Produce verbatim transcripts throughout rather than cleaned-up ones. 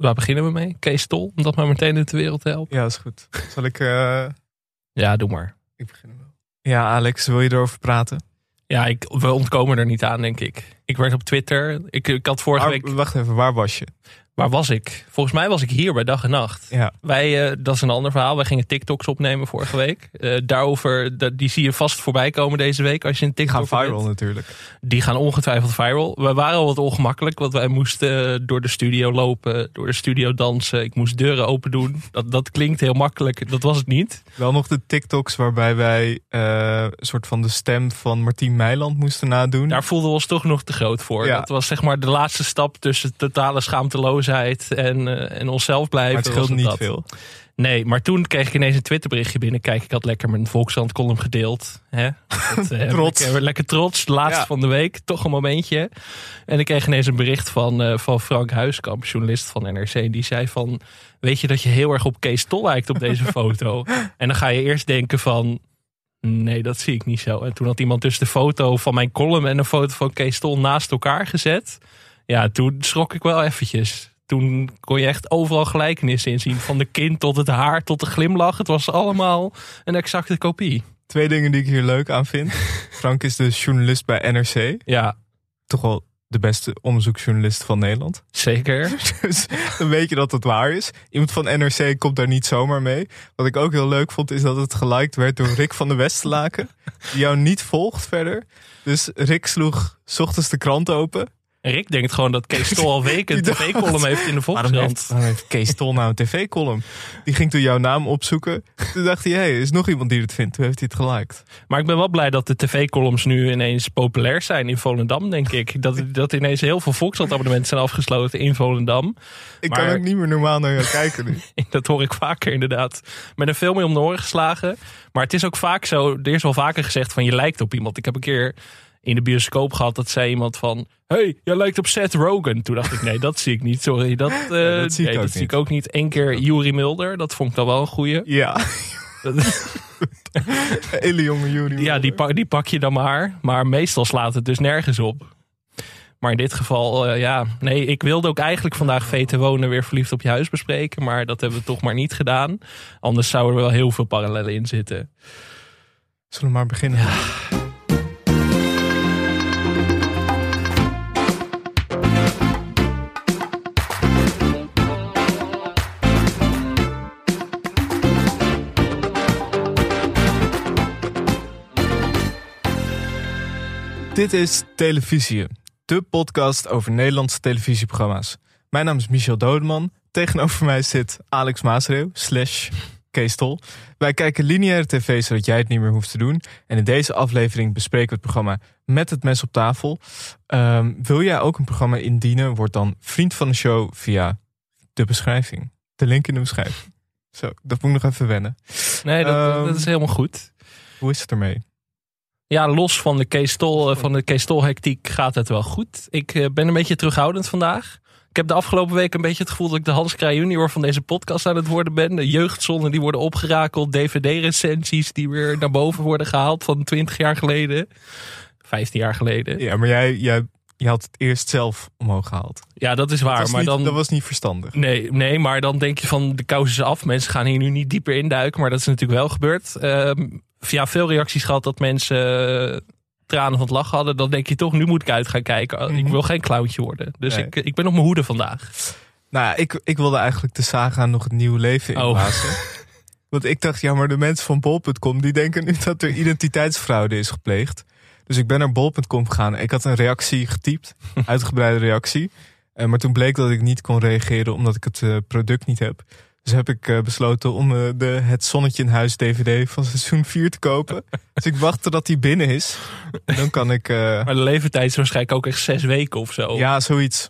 Waar beginnen we mee? Kees Tol, om dat maar meteen in de wereld te helpen. Ja, dat is goed. Zal ik... Uh... Ja, doe maar. Ik begin wel. Ja, Alex, wil je erover praten? Ja, ik, we ontkomen er niet aan, denk ik. Ik werd op Twitter. Ik, ik had vorige waar, week... Wacht even, waar was je? Waar was ik? Volgens mij was ik hier bij Dag en Nacht. Ja. Wij, uh, dat is een ander verhaal. Wij gingen TikToks opnemen vorige week. Uh, daarover, dat, die zie je vast voorbij komen deze week. Als je een TikTok Die gaan viral bent. natuurlijk. Die gaan ongetwijfeld viral. We waren al wat ongemakkelijk, want wij moesten door de studio lopen, door de studio dansen. Ik moest deuren open doen. Dat, dat klinkt heel makkelijk. Dat was het niet. Wel nog de TikToks waarbij wij uh, een soort van de stem van Martien Meiland moesten nadoen. Daar voelden we ons toch nog te groot voor. Ja. Dat was zeg maar de laatste stap tussen totale schaamteloosheid en, uh, en onszelf blijven. Maar het scheelt niet dat. veel. Nee, maar toen kreeg ik ineens een Twitterberichtje binnen. Kijk, ik had lekker mijn Volkskrant column gedeeld. Hè? Dat, uh, trots. Lekker, lekker trots. De laatste ja. van de week. Toch een momentje. En ik kreeg ineens een bericht van, uh, van Frank Huiskamp, journalist van N R C. Die zei van, weet je dat je heel erg op Kees Tol lijkt op deze foto? En dan ga je eerst denken van, nee, dat zie ik niet zo. En toen had iemand dus de foto van mijn column en een foto van Kees Tol naast elkaar gezet. Ja, toen schrok ik wel eventjes. Toen kon je echt overal gelijkenissen in zien. Van de kin tot het haar tot de glimlach. Het was allemaal een exacte kopie. Twee dingen die ik hier leuk aan vind. Frank is de journalist bij N R C. Ja. Toch wel de beste onderzoeksjournalist van Nederland. Zeker. Dus dan weet je dat het waar is. Iemand van N R C komt daar niet zomaar mee. Wat ik ook heel leuk vond is dat het geliked werd door Rick van de Westerlaken. Die jou niet volgt verder. Dus Rick sloeg 's ochtends de krant open. En Rick denkt gewoon dat Kees Tol al weken een tv-column heeft in de Volkskrant. Waarom heeft, waarom heeft Kees Tol nou een tv-column? Die ging toen jouw naam opzoeken. Toen dacht hij, hé, hey, er is nog iemand die het vindt. Toen heeft hij het geliked. Maar ik ben wel blij dat de tv-columns nu ineens populair zijn in Volendam, denk ik. Dat, dat ineens heel veel Volkskrant-abonnementen zijn afgesloten in Volendam. Ik maar, kan ook niet meer normaal naar jou kijken nu. Dat hoor ik vaker inderdaad. Met een veel meer om de oren geslagen. Maar het is ook vaak zo, er is wel vaker gezegd van je lijkt op iemand. Ik heb een keer in de bioscoop gehad, dat zei iemand van, hey, jij lijkt op Seth Rogen. Toen dacht ik, nee, dat zie ik niet, sorry. Dat, uh, nee, dat zie, nee, ik, ook dat zie ik ook niet. Eén keer Yuri Mulder, dat vond ik dan wel een goeie. Ja. Hele jonge Yuri Mulder. Ja, die pak, die pak je dan maar. Maar meestal slaat het dus nergens op. Maar in dit geval, uh, ja, nee, ik wilde ook eigenlijk vandaag V T Wonen weer verliefd op je huis bespreken. Maar dat hebben we toch maar niet gedaan. Anders zouden er wel heel veel parallellen in zitten. Zullen we maar beginnen? Ja. Dit is Televisie, de podcast over Nederlandse televisieprogramma's. Mijn naam is Michel Dodeman. Tegenover mij zit Alex Maasreeuw, slash Kees Tol. Wij kijken lineaire tv, zodat jij het niet meer hoeft te doen. En in deze aflevering bespreken we het programma Met het mes op tafel. Um, wil jij ook een programma indienen? Word dan vriend van de show via de beschrijving. De link in de beschrijving. Zo, dat moet ik nog even wennen. Nee, dat, um, dat is helemaal goed. Hoe is het ermee? Ja, los van de Kees Tol, van de Kees Tol hectiek gaat het wel goed. Ik uh, ben een beetje terughoudend vandaag. Ik heb de afgelopen week een beetje het gevoel dat ik de Hans Kraaij junior van deze podcast aan het worden ben. De jeugdzonnen die worden opgerakeld. D V D-recensies die weer naar boven worden gehaald van twintig jaar geleden. vijftien jaar geleden. Ja, maar jij, jij je had het eerst zelf omhoog gehaald. Ja, dat is waar. Dat, maar niet, dan, dat was niet verstandig. Nee, nee, maar dan denk je van de kous is af. Mensen gaan hier nu niet dieper induiken. Maar dat is natuurlijk wel gebeurd. Um, via veel reacties gehad dat mensen uh, tranen van het lachen hadden. Dan denk je toch, nu moet ik uit gaan kijken. Mm-hmm. Ik wil geen clowntje worden. Dus nee. ik, ik ben op mijn hoede vandaag. Nou, ik, ik wilde eigenlijk de saga nog het nieuwe leven inblazen. Oh. Want ik dacht, ja, maar de mensen van bol punt com die denken nu dat er identiteitsfraude is gepleegd. Dus ik ben naar bol punt com gegaan. Ik had een reactie getypt, uitgebreide reactie. Uh, maar toen bleek dat ik niet kon reageren omdat ik het uh, product niet heb. Dus heb ik uh, besloten om uh, de Het Zonnetje in Huis D V D van seizoen vier te kopen. Dus ik wacht totdat die binnen is. En dan kan ik... Uh... Maar de leeftijd is waarschijnlijk ook echt zes weken of zo. Ja, zoiets.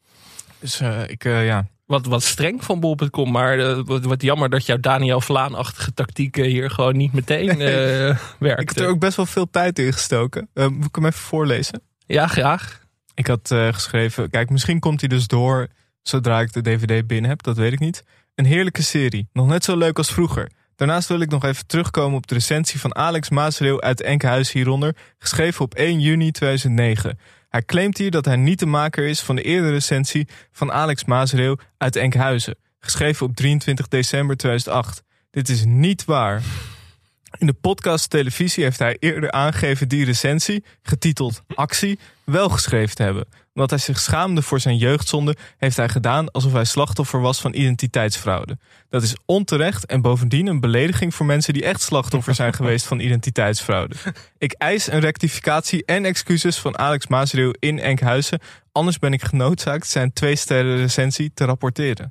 Dus uh, ik, uh, ja... Wat, wat streng van bol punt com, maar uh, wat, wat jammer dat jouw Daniel Vlaan-achtige tactieken hier gewoon niet meteen uh, werkten. Ik heb er ook best wel veel tijd in gestoken. Uh, moet ik hem even voorlezen? Ja, graag. Ik had uh, geschreven, kijk, misschien komt hij dus door zodra ik de D V D binnen heb, dat weet ik niet. Een heerlijke serie, nog net zo leuk als vroeger. Daarnaast wil ik nog even terugkomen op de recensie van Alex Maasreeuw uit Enkhuizen hieronder, geschreven op één juni tweeduizend negen. Hij claimt hier dat hij niet de maker is van de eerdere recensie van Alex Maasreel uit Enkhuizen, geschreven op drieëntwintig december tweeduizend acht. Dit is niet waar. In de podcast Televisie heeft hij eerder aangegeven die recensie, getiteld Actie, wel geschreven te hebben. Omdat hij zich schaamde voor zijn jeugdzonde, heeft hij gedaan alsof hij slachtoffer was van identiteitsfraude. Dat is onterecht en bovendien een belediging voor mensen die echt slachtoffer zijn geweest van identiteitsfraude. Ik eis een rectificatie en excuses van Alex Maasreel in Enkhuizen, anders ben ik genoodzaakt zijn twee sterren recensie te rapporteren.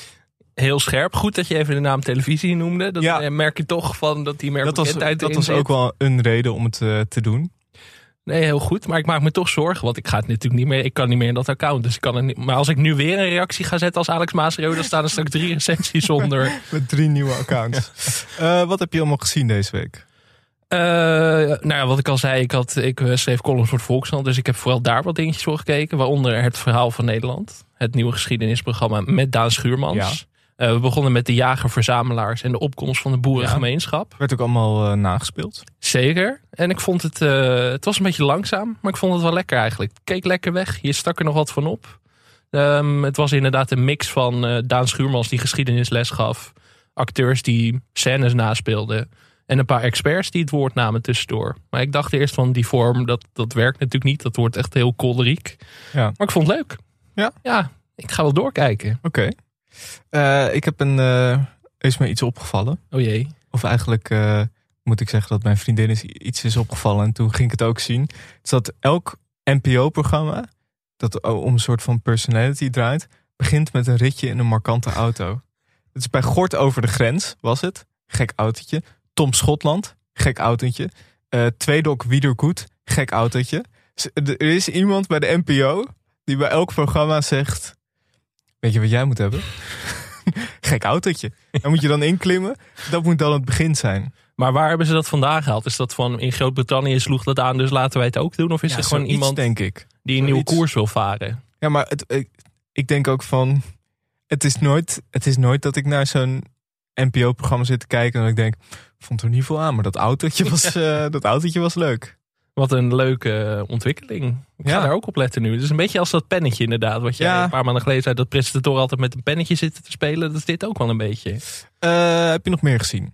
Heel scherp. Goed dat je even de naam televisie noemde. Dat ja. merk je toch van dat die meer dat was, bekendheid dat was zit. ook wel een reden om het uh, te doen. Nee, heel goed. Maar ik maak me toch zorgen. Want ik ga het natuurlijk niet meer. Ik kan niet meer in dat account. Dus ik kan het niet. Maar als ik nu weer een reactie ga zetten als Alex Maasreel, dan staan er straks drie recensies onder. Met drie nieuwe accounts. uh, wat heb je allemaal gezien deze week? Uh, nou ja, wat ik al zei, ik, had, ik schreef columns voor het Volkskrant. Dus ik heb vooral daar wat dingetjes voor gekeken. Waaronder Het Verhaal van Nederland. Het nieuwe geschiedenisprogramma met Daan Schuurmans. Ja. Uh, we begonnen met de jager-verzamelaars en de opkomst van de boerengemeenschap. Ja, werd ook allemaal uh, nagespeeld. Zeker. En ik vond het, uh, het was een beetje langzaam, maar ik vond het wel lekker eigenlijk. Het keek lekker weg, je stak er nog wat van op. Um, het was inderdaad een mix van uh, Daan Schuurmans die geschiedenisles gaf, acteurs die scènes naspeelden en een paar experts die het woord namen tussendoor. Maar ik dacht eerst van die vorm, dat, dat werkt natuurlijk niet. Dat wordt echt heel kolderiek. Ja. Maar ik vond het leuk. Ja? Ja, ik ga wel doorkijken. Oké. Okay. Uh, ik heb een... Uh, is me iets opgevallen. Oh jee. Of eigenlijk uh, moet ik zeggen dat mijn vriendin is, iets is opgevallen. En toen ging ik het ook zien. Dus dat elk N P O-programma, dat om een soort van personality draait, begint met een ritje in een markante auto. Het is bij Gort over de grens, was het. Gek autootje. Tom Schotland, gek autootje. Uh, Tweedok Wiedergoed, gek autootje. Er is iemand bij de N P O die bij elk programma zegt, weet je wat jij moet hebben? Gek autootje. Daar moet je dan inklimmen. Dat moet dan het begin zijn. Maar waar hebben ze dat vandaan gehaald? Is dat van in Groot-Brittannië sloeg dat aan, dus laten wij het ook doen? Of is ja, er gewoon iets, iemand denk ik. die een nieuwe koers wil varen? Ja, maar het, ik, ik denk ook van, het is, nooit, het is nooit dat ik naar zo'n N P O-programma zit te kijken en ik denk, vond er niet veel aan, maar dat autootje was, uh, dat autootje was leuk. Wat een leuke ontwikkeling. Ik ga ja. daar ook op letten nu. Het is een beetje als dat pennetje inderdaad. Wat jij ja. een paar maanden geleden zei, dat presentatoren altijd met een pennetje zitten te spelen. Dat is dit ook wel een beetje. Uh, heb je nog meer gezien?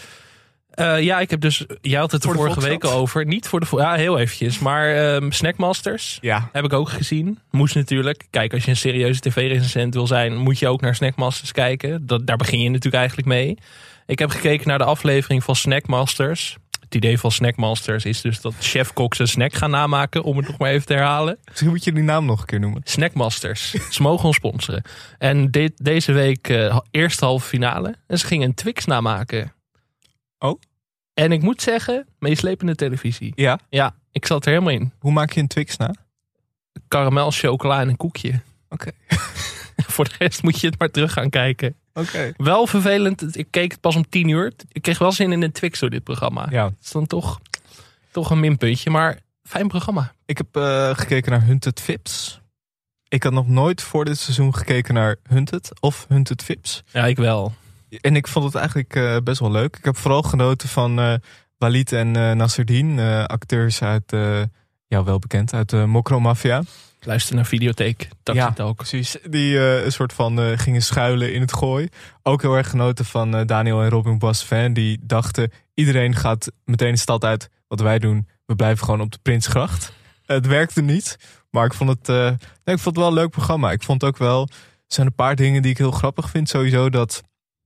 Uh, ja, ik heb dus, jij had het voor de vorige week over. Niet voor de, ja heel eventjes. Maar um, Snackmasters ja. heb ik ook gezien. Moest natuurlijk. Kijk, als je een serieuze tv-recensent wil zijn, moet je ook naar Snackmasters kijken. Dat, daar begin je natuurlijk eigenlijk mee. Ik heb gekeken naar de aflevering van Snackmasters. Het idee van Snackmasters is dus dat chefkoks een snack gaan namaken, om het nog maar even te herhalen. Misschien moet je die naam nog een keer noemen. Snackmasters. Ze mogen ons sponsoren. En dit, deze week uh, eerste halve finale. En ze gingen een Twix namaken. Oh? En ik moet zeggen, meeslepende televisie. Ja? Ja, ik zat er helemaal in. Hoe maak je een Twix na? Karamel, chocola en een koekje. Oké. Okay. Voor de rest moet je het maar terug gaan kijken. Oké. Okay. Wel vervelend. Ik keek het pas om tien uur. Ik kreeg wel zin in een Twix door dit programma. Ja. Het is dan toch, toch een minpuntje. Maar fijn programma. Ik heb uh, gekeken naar Hunted Vips. Ik had nog nooit voor dit seizoen gekeken naar Hunted of Hunted Vips. Ja, ik wel. En ik vond het eigenlijk uh, best wel leuk. Ik heb vooral genoten van uh, Walid en uh, Nasreddin. Uh, acteurs uit, uh, ja, wel bekend, uit de Mokro Mafia. Luister naar Videotheek. Dat ja, het ook. Precies. Die uh, een soort van uh, gingen schuilen in het gooi. Ook heel erg genoten van uh, Daniel en Robin Boisvin. Die dachten, iedereen gaat meteen de stad uit. Wat wij doen, we blijven gewoon op de Prinsgracht. Uh, het werkte niet. Maar ik vond het, uh, nee, ik vond het wel een leuk programma. Ik vond ook wel, er zijn een paar dingen die ik heel grappig vind. Sowieso dat,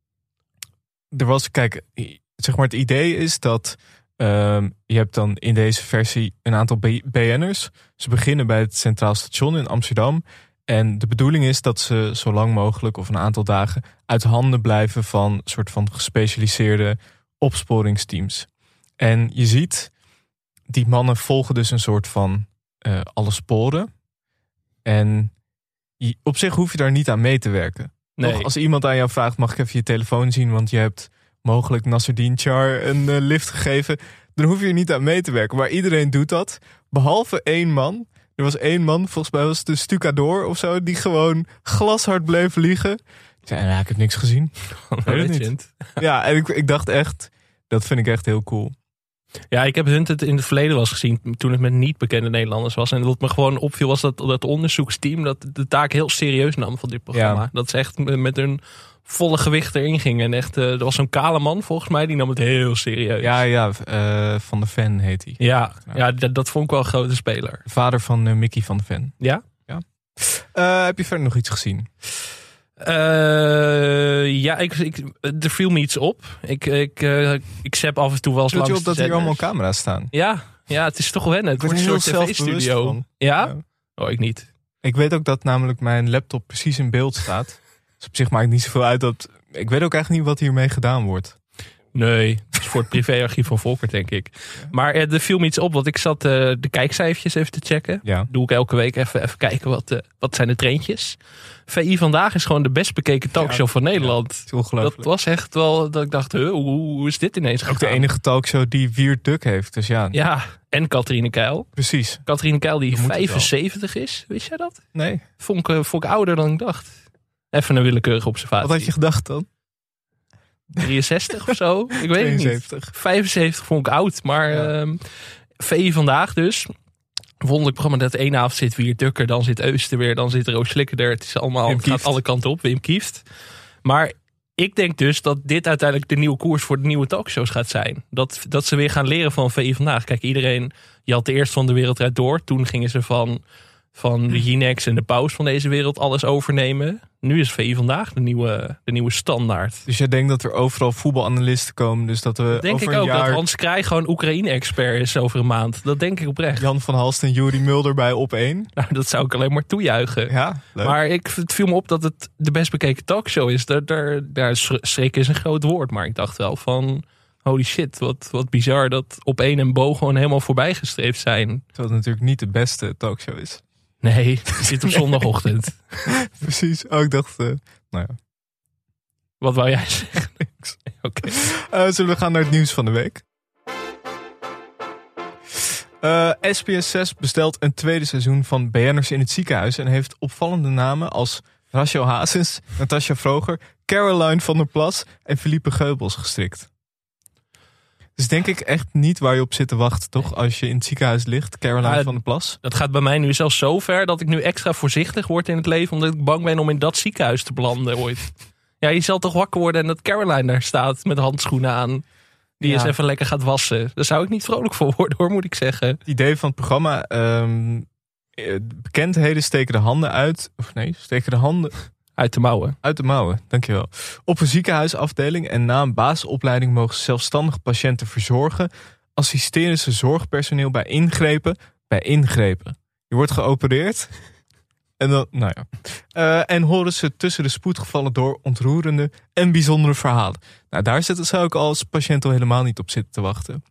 er was, kijk, zeg maar het idee is dat Um, je hebt dan in deze versie een aantal B N'ers. Ze beginnen bij het Centraal Station in Amsterdam. En de bedoeling is dat ze zo lang mogelijk of een aantal dagen uit handen blijven van een soort van gespecialiseerde opsporingsteams. En je ziet, die mannen volgen dus een soort van uh, alle sporen. En je, op zich hoef je daar niet aan mee te werken. Nee. Toch, als iemand aan jou vraagt, mag ik even je telefoon zien, want je hebt mogelijk Nasreddin Char een uh, lift gegeven, dan hoef je er niet aan mee te werken. Maar iedereen doet dat, behalve één man. Er was één man, volgens mij was het de stucador of zo, die gewoon glashard bleef liegen. Ik zei, ja, ik heb niks gezien. Weet het niet. Ja, en ik, ik dacht echt, dat vind ik echt heel cool. Ja, ik heb Hunted in het verleden wel eens gezien toen het met niet bekende Nederlanders was. En wat me gewoon opviel was dat dat onderzoeksteam dat de taak heel serieus nam van dit programma. Ja. Dat ze echt met hun volle gewicht erin gingen. En echt, uh, er was zo'n kale man volgens mij, die nam het heel serieus. Ja, ja, uh, Van de Ven heet hij. Ja, ja. ja dat, dat vond ik wel een grote speler. Vader van uh, Mickey van de Ven. Ja? Ja. Uh, heb je verder nog iets gezien? Uh, ja, ik, ik, er viel me iets op. Ik, ik, uh, ik zap af en toe wel eens langs je op dat zenders. hier allemaal camera's staan? Ja, ja, het is toch wennen. Het wordt een soort tv-studio. Ja? ja? Oh, ik niet. Ik weet ook dat namelijk mijn laptop precies in beeld staat. Dus op zich maakt het niet zoveel uit. Dat, ik weet ook eigenlijk niet wat hiermee gedaan wordt. Nee, het is voor het privéarchief van Volker, denk ik. Ja. Maar uh, er viel me iets op, want ik zat uh, de kijkcijfertjes even te checken. Ja. Doe ik elke week even, even kijken wat, uh, wat zijn de treintjes. V I Vandaag is gewoon de best bekeken talkshow ja, van Nederland. Ja, ongelooflijk. Dat was echt wel dat ik dacht, huh, hoe, hoe is dit ineens gegaan? Ook de enige talkshow die Wiert Duk heeft. Dus ja. Ja, en Catherine Keil. Precies. Catherine Keil die vijfenzeventig is, wist jij dat? Nee. Vond ik, vond ik ouder dan ik dacht. Even een willekeurige observatie. Wat had je gedacht dan? drieënzestig of zo? Ik weet tweeënzeventig. Het niet. vijfenzeventig vond ik oud, maar ja. um, V I Vandaag dus. Wonderlijk programma dat één avond zit Wiert Dukker, dan zit Euster weer, dan zit Roos Slikker er. Het is allemaal, het gaat alle kanten op, Wim Kieft. Maar ik denk dus dat dit uiteindelijk de nieuwe koers voor de nieuwe talkshows gaat zijn. Dat, dat ze weer gaan leren van V I Vandaag. Kijk, iedereen, je had de eerste van de wereld eruit door. Toen gingen ze van, van de Jinex en de Paus van deze wereld alles overnemen. Nu is V I Vandaag de nieuwe, de nieuwe standaard. Dus jij denkt dat er overal voetbalanalisten komen? Dus dat we denk over ik een ook jaar... dat Hans Kraaij gewoon Oekraïne-expert is over een maand. Dat denk ik oprecht. Jan van Halst en Juri Mulder bij Op één. Nou, dat zou ik alleen maar toejuichen. Ja, leuk. Maar ik, het viel me op dat het de best bekeken talkshow is. Daar, daar, daar schrik is een groot woord. Maar ik dacht wel van... Holy shit, wat, wat bizar dat Op één en Bo gewoon helemaal voorbijgestreefd zijn. Terwijl het natuurlijk niet de beste talkshow is. Nee, het zit op zondagochtend. Precies. Oh, ik dacht... Uh, nou ja. Wat wou jij zeggen? Niks. Oké. Okay. Uh, zullen we gaan naar het nieuws van de week? Uh, S B S zes bestelt een tweede seizoen van B N'ers in het ziekenhuis... en heeft opvallende namen als Rachel Hazes, Natasja Vroger... Caroline van der Plas en Philippe Geubels gestrikt. Dus denk ik echt niet waar je op zit te wachten, toch? Als je in het ziekenhuis ligt, Caroline uh, van der Plas. Dat gaat bij mij nu zelfs zo ver dat ik nu extra voorzichtig word in het leven... omdat ik bang ben om in dat ziekenhuis te belanden ooit. Ja, je zal toch wakker worden en dat Caroline daar staat met handschoenen aan... die ja. eens even lekker gaat wassen. Daar zou ik niet vrolijk voor worden, hoor, moet ik zeggen. Het idee van het programma... Um, bekendheden steken de handen uit... of nee, steken de handen... Uit de mouwen. Uit de mouwen, dankjewel. Op een ziekenhuisafdeling en na een basisopleiding mogen zelfstandig patiënten verzorgen. Assisteren ze zorgpersoneel bij ingrepen. Bij ingrepen. Je wordt geopereerd. En dan, nou ja. Uh, en horen ze tussen de spoedgevallen door ontroerende en bijzondere verhalen. Nou, daar zitten zou ik als patiënt al helemaal niet op zitten te wachten.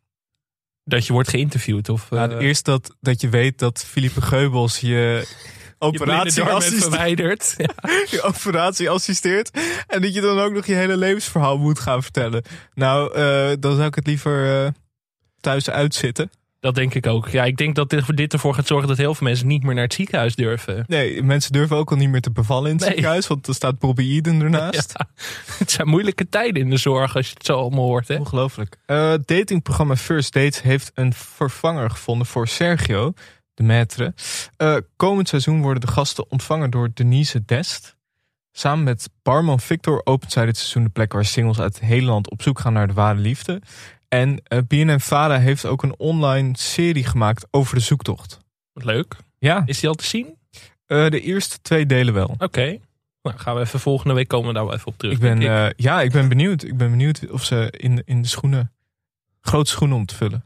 Dat je wordt geïnterviewd? Of, uh... nou, eerst dat, dat je weet dat Philippe Geubels je... operatie verwijderd. Ja. Je operatie assisteert. En dat je dan ook nog je hele levensverhaal moet gaan vertellen. Nou, uh, dan zou ik het liever uh, thuis uitzitten. Dat denk ik ook. Ja, ik denk dat dit, dit ervoor gaat zorgen dat heel veel mensen niet meer naar het ziekenhuis durven. Nee, mensen durven ook al niet meer te bevallen in het nee. ziekenhuis. Want er staat Bobby Eden ernaast. Ja, het zijn moeilijke tijden in de zorg als je het zo allemaal hoort. Hè? Ongelooflijk. Uh, datingprogramma First Dates heeft een vervanger gevonden voor Sergio... de maître. Uh, komend seizoen worden de gasten ontvangen door Denise Dest. Samen met barman Victor opent zij dit seizoen de plek waar singles uit het hele land op zoek gaan naar de ware liefde. En uh, B N N Vara heeft ook een online serie gemaakt over de zoektocht. Wat leuk. Ja. Is die al te zien? Uh, de eerste twee delen wel. Oké. Okay. Nou, gaan we even volgende week komen we daar wel even op terug. Ik ben, uh, ja, ik ben benieuwd. Ik ben benieuwd of ze in, in de schoenen, grote schoenen om te vullen.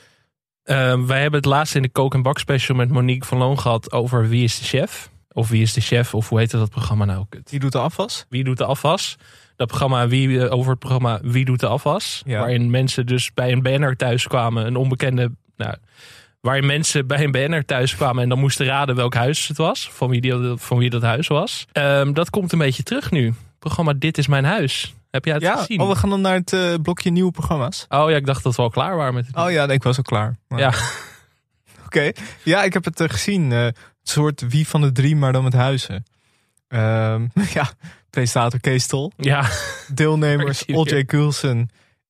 Uh, wij hebben het laatst in de Kook en Bak special met Monique van Loon gehad over Wie is de Chef? Of Wie is de Chef? Of hoe heet dat programma nou? Wie doet de afwas? Wie doet de afwas? Dat programma wie, over het programma Wie doet de afwas? Ja. Waarin mensen dus bij een B N'er thuis kwamen. Een onbekende... Nou, waarin mensen bij een B N'er thuis kwamen en dan moesten raden welk huis het was. Van wie, die, van wie dat huis was. Um, dat komt een beetje terug nu. Het programma Dit is mijn huis. Heb jij het ja, gezien? Oh, we gaan dan naar het uh, blokje nieuwe programma's. Oh ja, ik dacht dat we al klaar waren met het. Oh ja, nee, ik was al klaar. Maar... Ja. Oké. Okay. Ja, ik heb het uh, gezien. Uh, het soort Wie van de Drie, maar dan met huizen. Um, ja, presentator Kees Tol. Ja. Deelnemers O J Coulson,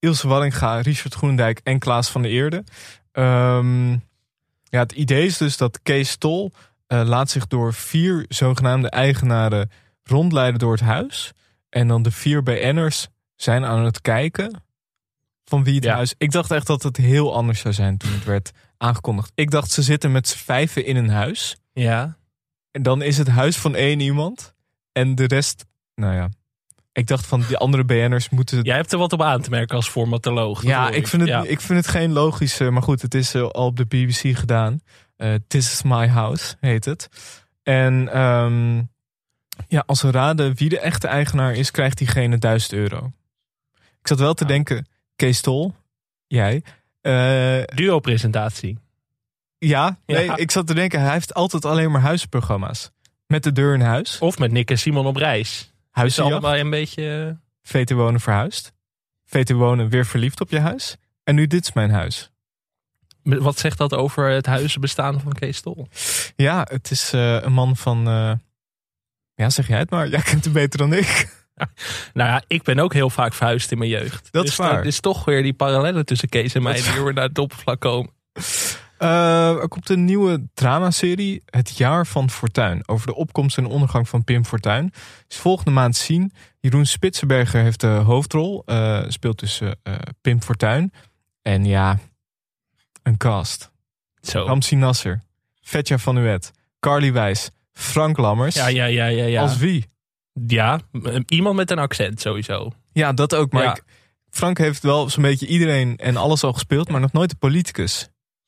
Ilse Wallinga, Richard Groenendijk en Klaas van der Eerde. Um, ja, het idee is dus dat Kees Tol uh, laat zich door vier zogenaamde eigenaren rondleiden door het huis. En dan de vier B N'ers zijn aan het kijken van wie het Ja. huis... Ik dacht echt dat het heel anders zou zijn toen het werd aangekondigd. Ik dacht, ze zitten met z'n vijven in een huis. Ja. En dan is het huis van één iemand. En de rest, nou ja. Ik dacht van die andere B N'ers moeten... Jij hebt er wat op aan te merken als formatoloog. dat Ja, hoor ik vind, het, Ja. ik vind het geen logische... Maar goed, het is uh, al op de B B C gedaan. Uh, This is my house, heet het. En um, ja, als we raden wie de echte eigenaar is... krijgt diegene duizend euro. Ik zat wel te Ah. denken... Kees Tol, jij... Uh, Duo-presentatie. ja, nee, Ja. ik zat te denken... hij heeft altijd alleen maar huisprogramma's. Met de deur in huis. Of met Nick en Simon op reis. Is Huisjacht. allemaal een beetje... V T Wonen verhuisd. V T Wonen weer verliefd op je huis. En nu dit is mijn huis. Wat zegt dat over het huizenbestaan van Kees Tol? Ja, het is uh, een man van... Uh, ja, zeg jij het maar. Jij kent het beter dan ik. Nou ja, ik ben ook heel vaak verhuisd in mijn jeugd. Dat dus is waar. Het is toch weer die parallellen tussen Kees en mij... die weer naar het oppervlak komen. Uh, er komt een nieuwe dramaserie, Het Jaar van Fortuin. Over de opkomst en ondergang van Pim Fortuyn. Is volgende maand te zien. Jeroen Spitsenberger heeft de hoofdrol. Uh, speelt dus uh, Pim Fortuyn. En ja, een cast. Zo. Ramsi Nasser, Vetja van Uwet, Carly Wijs, Frank Lammers. Ja, ja, ja, ja, ja. Als wie? Ja, iemand met een accent sowieso. Ja, dat ook. Maar Ja. ik, Frank heeft wel zo'n beetje iedereen en alles al gespeeld, maar nog nooit de politicus.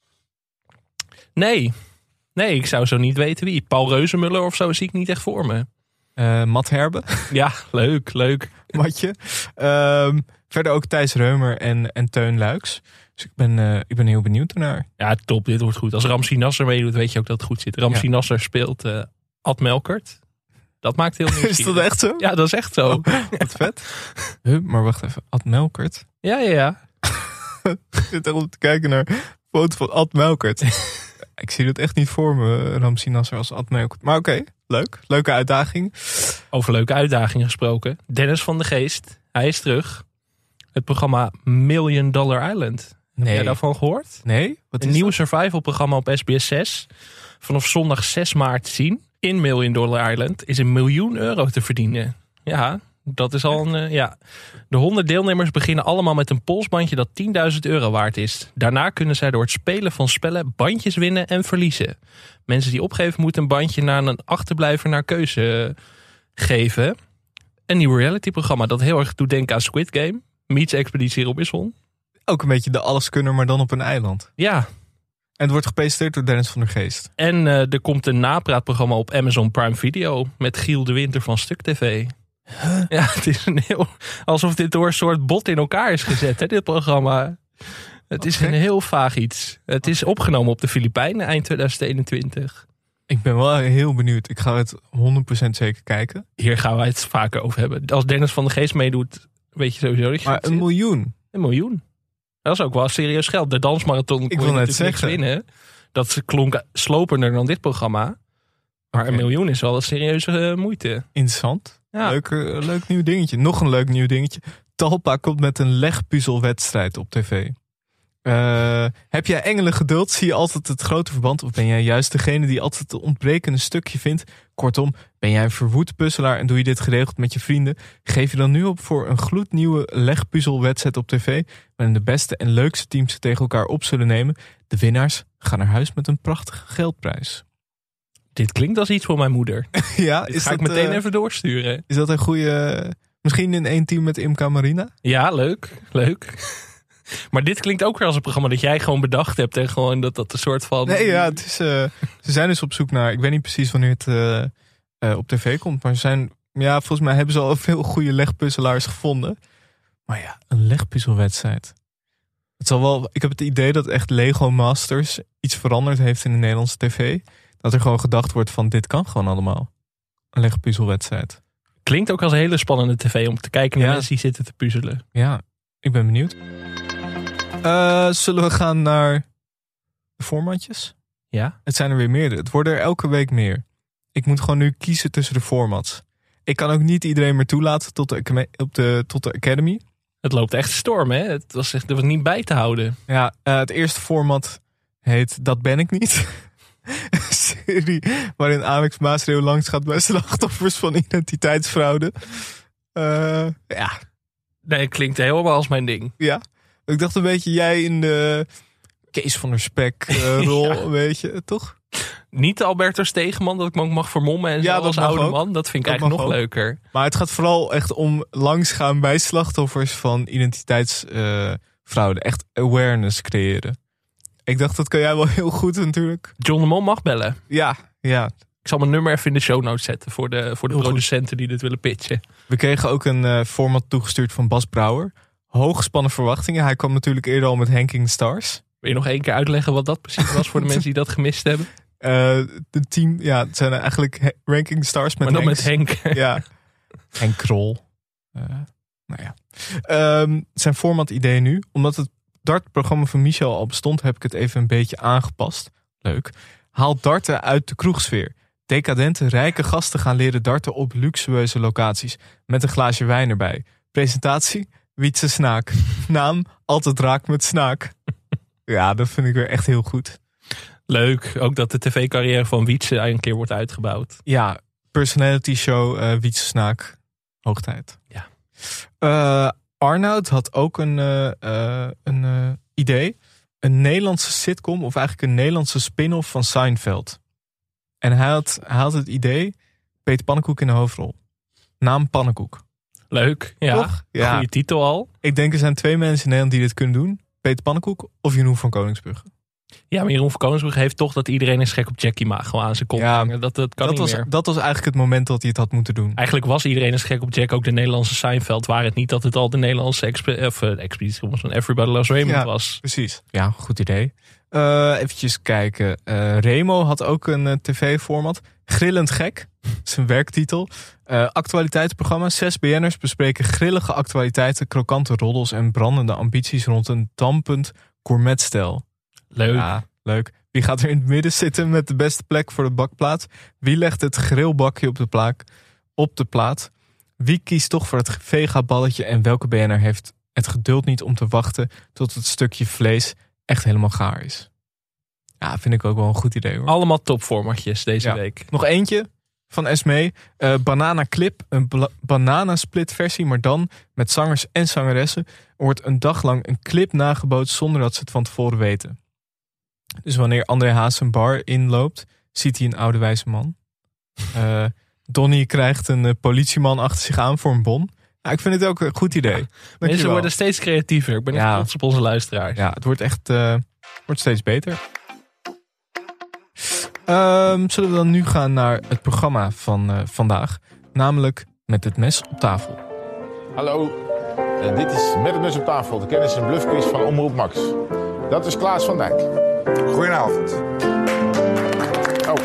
Nee. Nee, ik zou zo niet weten wie. Paul Reuzenmuller of zo zie ik niet echt voor me. Uh, Matt Herbe, Ja, leuk, leuk. Matje. Um, verder ook Thijs Reumer en, en Teun Luiks. Dus ik ben, uh, ik ben heel benieuwd ernaar. Ja, top, dit wordt goed. Als Ramsi Nasser meedoet, weet je ook dat het goed zit. Ramsi Ja. Nasser speelt uh, Ad Melkert. Dat maakt heel nieuwsgierig. Is dat echt zo? Ja, dat is echt zo. Wat vet. Huh, maar wacht even, Ad Melkert? Ja, ja, ja. Ik zit echt om te kijken naar een foto van Ad Melkert. Ik zie dat echt niet voor me, Ramsi Nasser als Ad Melkert. Maar oké, okay, leuk. Leuke uitdaging. Over leuke uitdagingen gesproken. Dennis van de Geest, hij is terug. Het programma Million Dollar Island. Nee. Heb jij daarvan gehoord? Nee? Wat is een nieuw dat? survival programma op S B S zes. Vanaf zondag zes maart te zien. In Million Dollar Island is een miljoen euro te verdienen. Ja, dat is al een... Uh, ja. De honderd deelnemers beginnen allemaal met een polsbandje dat tienduizend euro waard is. Daarna kunnen zij door het spelen van spellen bandjes winnen en verliezen. Mensen die opgeven moeten een bandje naar een achterblijver naar keuze geven. Een nieuw realityprogramma dat heel erg doet denken aan Squid Game. Meets Expeditie Robinson. Ook een beetje de alleskunner, maar dan op een eiland. Ja. En het wordt gepresenteerd door Dennis van der Geest. En uh, er komt een napraatprogramma op Amazon Prime Video met Giel de Winter van Stuk T V. Huh? Ja, het is een heel... alsof dit door een soort bot in elkaar is gezet, hè, dit programma. Het is Okay. een heel vaag iets. Het is opgenomen op de Filipijnen eind tweeduizend eenentwintig. Ik ben wel heel benieuwd. Ik ga het honderd procent zeker kijken. Hier gaan wij het vaker over hebben. Als Dennis van der Geest meedoet, weet je sowieso dat je Maar goed een zit. miljoen? Een miljoen. Dat is ook wel serieus geld. De dansmarathon Ik kon wil je net natuurlijk niks zeggen. winnen. Dat klonk slopender dan dit programma. Maar Okay. een miljoen is wel een serieuze uh, moeite. Interessant. Ja. Leuk, uh, leuk nieuw dingetje. Nog een leuk nieuw dingetje. Talpa komt met een legpuzzelwedstrijd op tv. Uh, heb jij engelen geduld? Zie je altijd het grote verband? Of ben jij juist degene die altijd het ontbrekende stukje vindt? Kortom, ben jij een verwoed puzzelaar en doe je dit geregeld met je vrienden? Geef je dan nu op voor een gloednieuwe legpuzzelwedstrijd op tv... waarin de beste en leukste teams het tegen elkaar op zullen nemen. De winnaars gaan naar huis met een prachtige geldprijs. Dit klinkt als iets voor mijn moeder. Ja, Dit is ga dat, ik meteen uh, even doorsturen. Is dat een goede... Misschien in één team met Imca Marina? Ja, leuk. Leuk. Maar dit klinkt ook weer als een programma dat jij gewoon bedacht hebt. En gewoon dat dat een soort van... Nee, ja, het is, uh, ze zijn dus op zoek naar... Ik weet niet precies wanneer het uh, uh, op tv komt. Maar ze zijn... Ja, volgens mij hebben ze al veel goede legpuzzelaars gevonden. Maar ja, een legpuzzelwedstrijd. Het zal wel... Ik heb het idee dat echt Lego Masters iets veranderd heeft in de Nederlandse tv. Dat er gewoon gedacht wordt van dit kan gewoon allemaal. Een legpuzzelwedstrijd. Klinkt ook als een hele spannende tv om te kijken naar Ja. mensen die zitten te puzzelen. Ja, ik ben benieuwd. Uh, zullen we gaan naar de formatjes? Ja? Het zijn er weer meerdere. Het worden er elke week meer. Ik moet gewoon nu kiezen tussen de formats. Ik kan ook niet iedereen meer toelaten tot de, op de, tot de Academy. Het loopt echt storm, hè? Het was echt, er was niet bij te houden. Ja, uh, het eerste format heet Dat ben ik niet. Een serie waarin Alex Maasreeuw langs gaat bij slachtoffers van identiteitsfraude. Uh, ja. Nee, het klinkt helemaal als mijn ding. Ja. Ik dacht een beetje jij in de Kees van der Spek uh, rol, ja. Weet je, toch? Niet Alberto Stegeman, dat ik me ook mag vermommen en ja, zo als oude ook. man. Dat vind ik dat eigenlijk nog ook. leuker. Maar het gaat vooral echt om langsgaan bij slachtoffers van identiteitsfraude. Uh, echt awareness creëren. Ik dacht, dat kan jij wel heel goed natuurlijk. John de Mol mag bellen. Ja, ja. Ik zal mijn nummer even in de show notes zetten voor de, voor de producenten goed. Die dit willen pitchen. We kregen ook een uh, format toegestuurd van Bas Brouwer. Hooggespannen verwachtingen. Hij kwam natuurlijk eerder al met Ranking Stars. Wil je nog één keer uitleggen wat dat precies was voor de mensen die dat gemist hebben? Uh, de team, ja, het zijn eigenlijk he- Ranking Stars met Maar dan met Henk. Ja. Henk Krol. Uh, nou ja. Um, zijn format idee nu. Omdat het dartprogramma van Michel al bestond, heb ik het even een beetje aangepast. Leuk. Haal darten uit de kroegsfeer. Decadente, rijke gasten gaan leren darten op luxueuze locaties. Met een glaasje wijn erbij. Presentatie, Wietse Snaak. Naam, altijd raak met snaak. Ja, dat vind ik weer echt heel goed. Leuk, ook dat de tv-carrière van Wietse een keer wordt uitgebouwd. Ja, personality show uh, Wietse Snaak. Hoogtijd. Ja. Uh, Arnoud had ook een, uh, uh, een uh, idee. Een Nederlandse sitcom, of eigenlijk een Nederlandse spin-off van Seinfeld. En hij had, hij had het idee, Peter Pannenkoek in de hoofdrol. Naam Pannenkoek. Leuk, ja. Toch? Ja. Goeie titel al. Ik denk er zijn twee mensen in Nederland die dit kunnen doen. Peter Pannenkoek of Jeroen van Koningsbrugge. Ja, maar Jeroen van Koningsbrugge heeft toch dat iedereen is gek op Jackie Ma gewoon aan zijn kont ja, hangen. Dat, dat kan dat niet was, meer. Dat was eigenlijk het moment dat hij het had moeten doen. Eigenlijk was iedereen is gek op Jack, ook de Nederlandse Seinfeld. Waar het niet dat het al de Nederlandse expe- of, uh, expeditie van Everybody Loves Raymond ja, was. Precies. Ja, goed idee. Uh, eventjes kijken. Uh, Remo had ook een uh, tv-format. Grillend Gek. Dat is een werktitel. Uh, actualiteitsprogramma. Zes B N'ers bespreken grillige actualiteiten, krokante roddels en brandende ambities rond een dampend gourmetstijl. Leuk. Ja, leuk. Wie gaat er in het midden zitten met de beste plek voor de bakplaat? Wie legt het grillbakje op de, plaak, op de plaat? Wie kiest toch voor het vega-balletje? En welke B N'er heeft het geduld niet om te wachten tot het stukje vlees echt helemaal gaar is? Ja, vind ik ook wel een goed idee hoor. Allemaal topformatjes deze ja. week. Nog eentje van Esmee. Uh, Banana Clip. Een bla- banana split versie, maar dan met zangers en zangeressen. Er wordt een dag lang een clip nagebootst zonder dat ze het van tevoren weten. Dus wanneer André Haas een bar inloopt, ziet hij een oude wijze man. Uh, Donnie krijgt een uh, politieman achter zich aan voor een bon. Ja, ik vind het ook een goed idee. Ja, mensen worden steeds creatiever. Ik ben echt ja. trots op onze luisteraars. Ja, het wordt echt uh, wordt steeds beter. Um, zullen we dan nu gaan naar het programma van uh, vandaag. Namelijk Met het mes op tafel. Hallo, uh, dit is Met het mes op tafel. De kennis- en bluffquiz van Omroep Max. Dat is Klaas van Dijk. Goedenavond. Oh.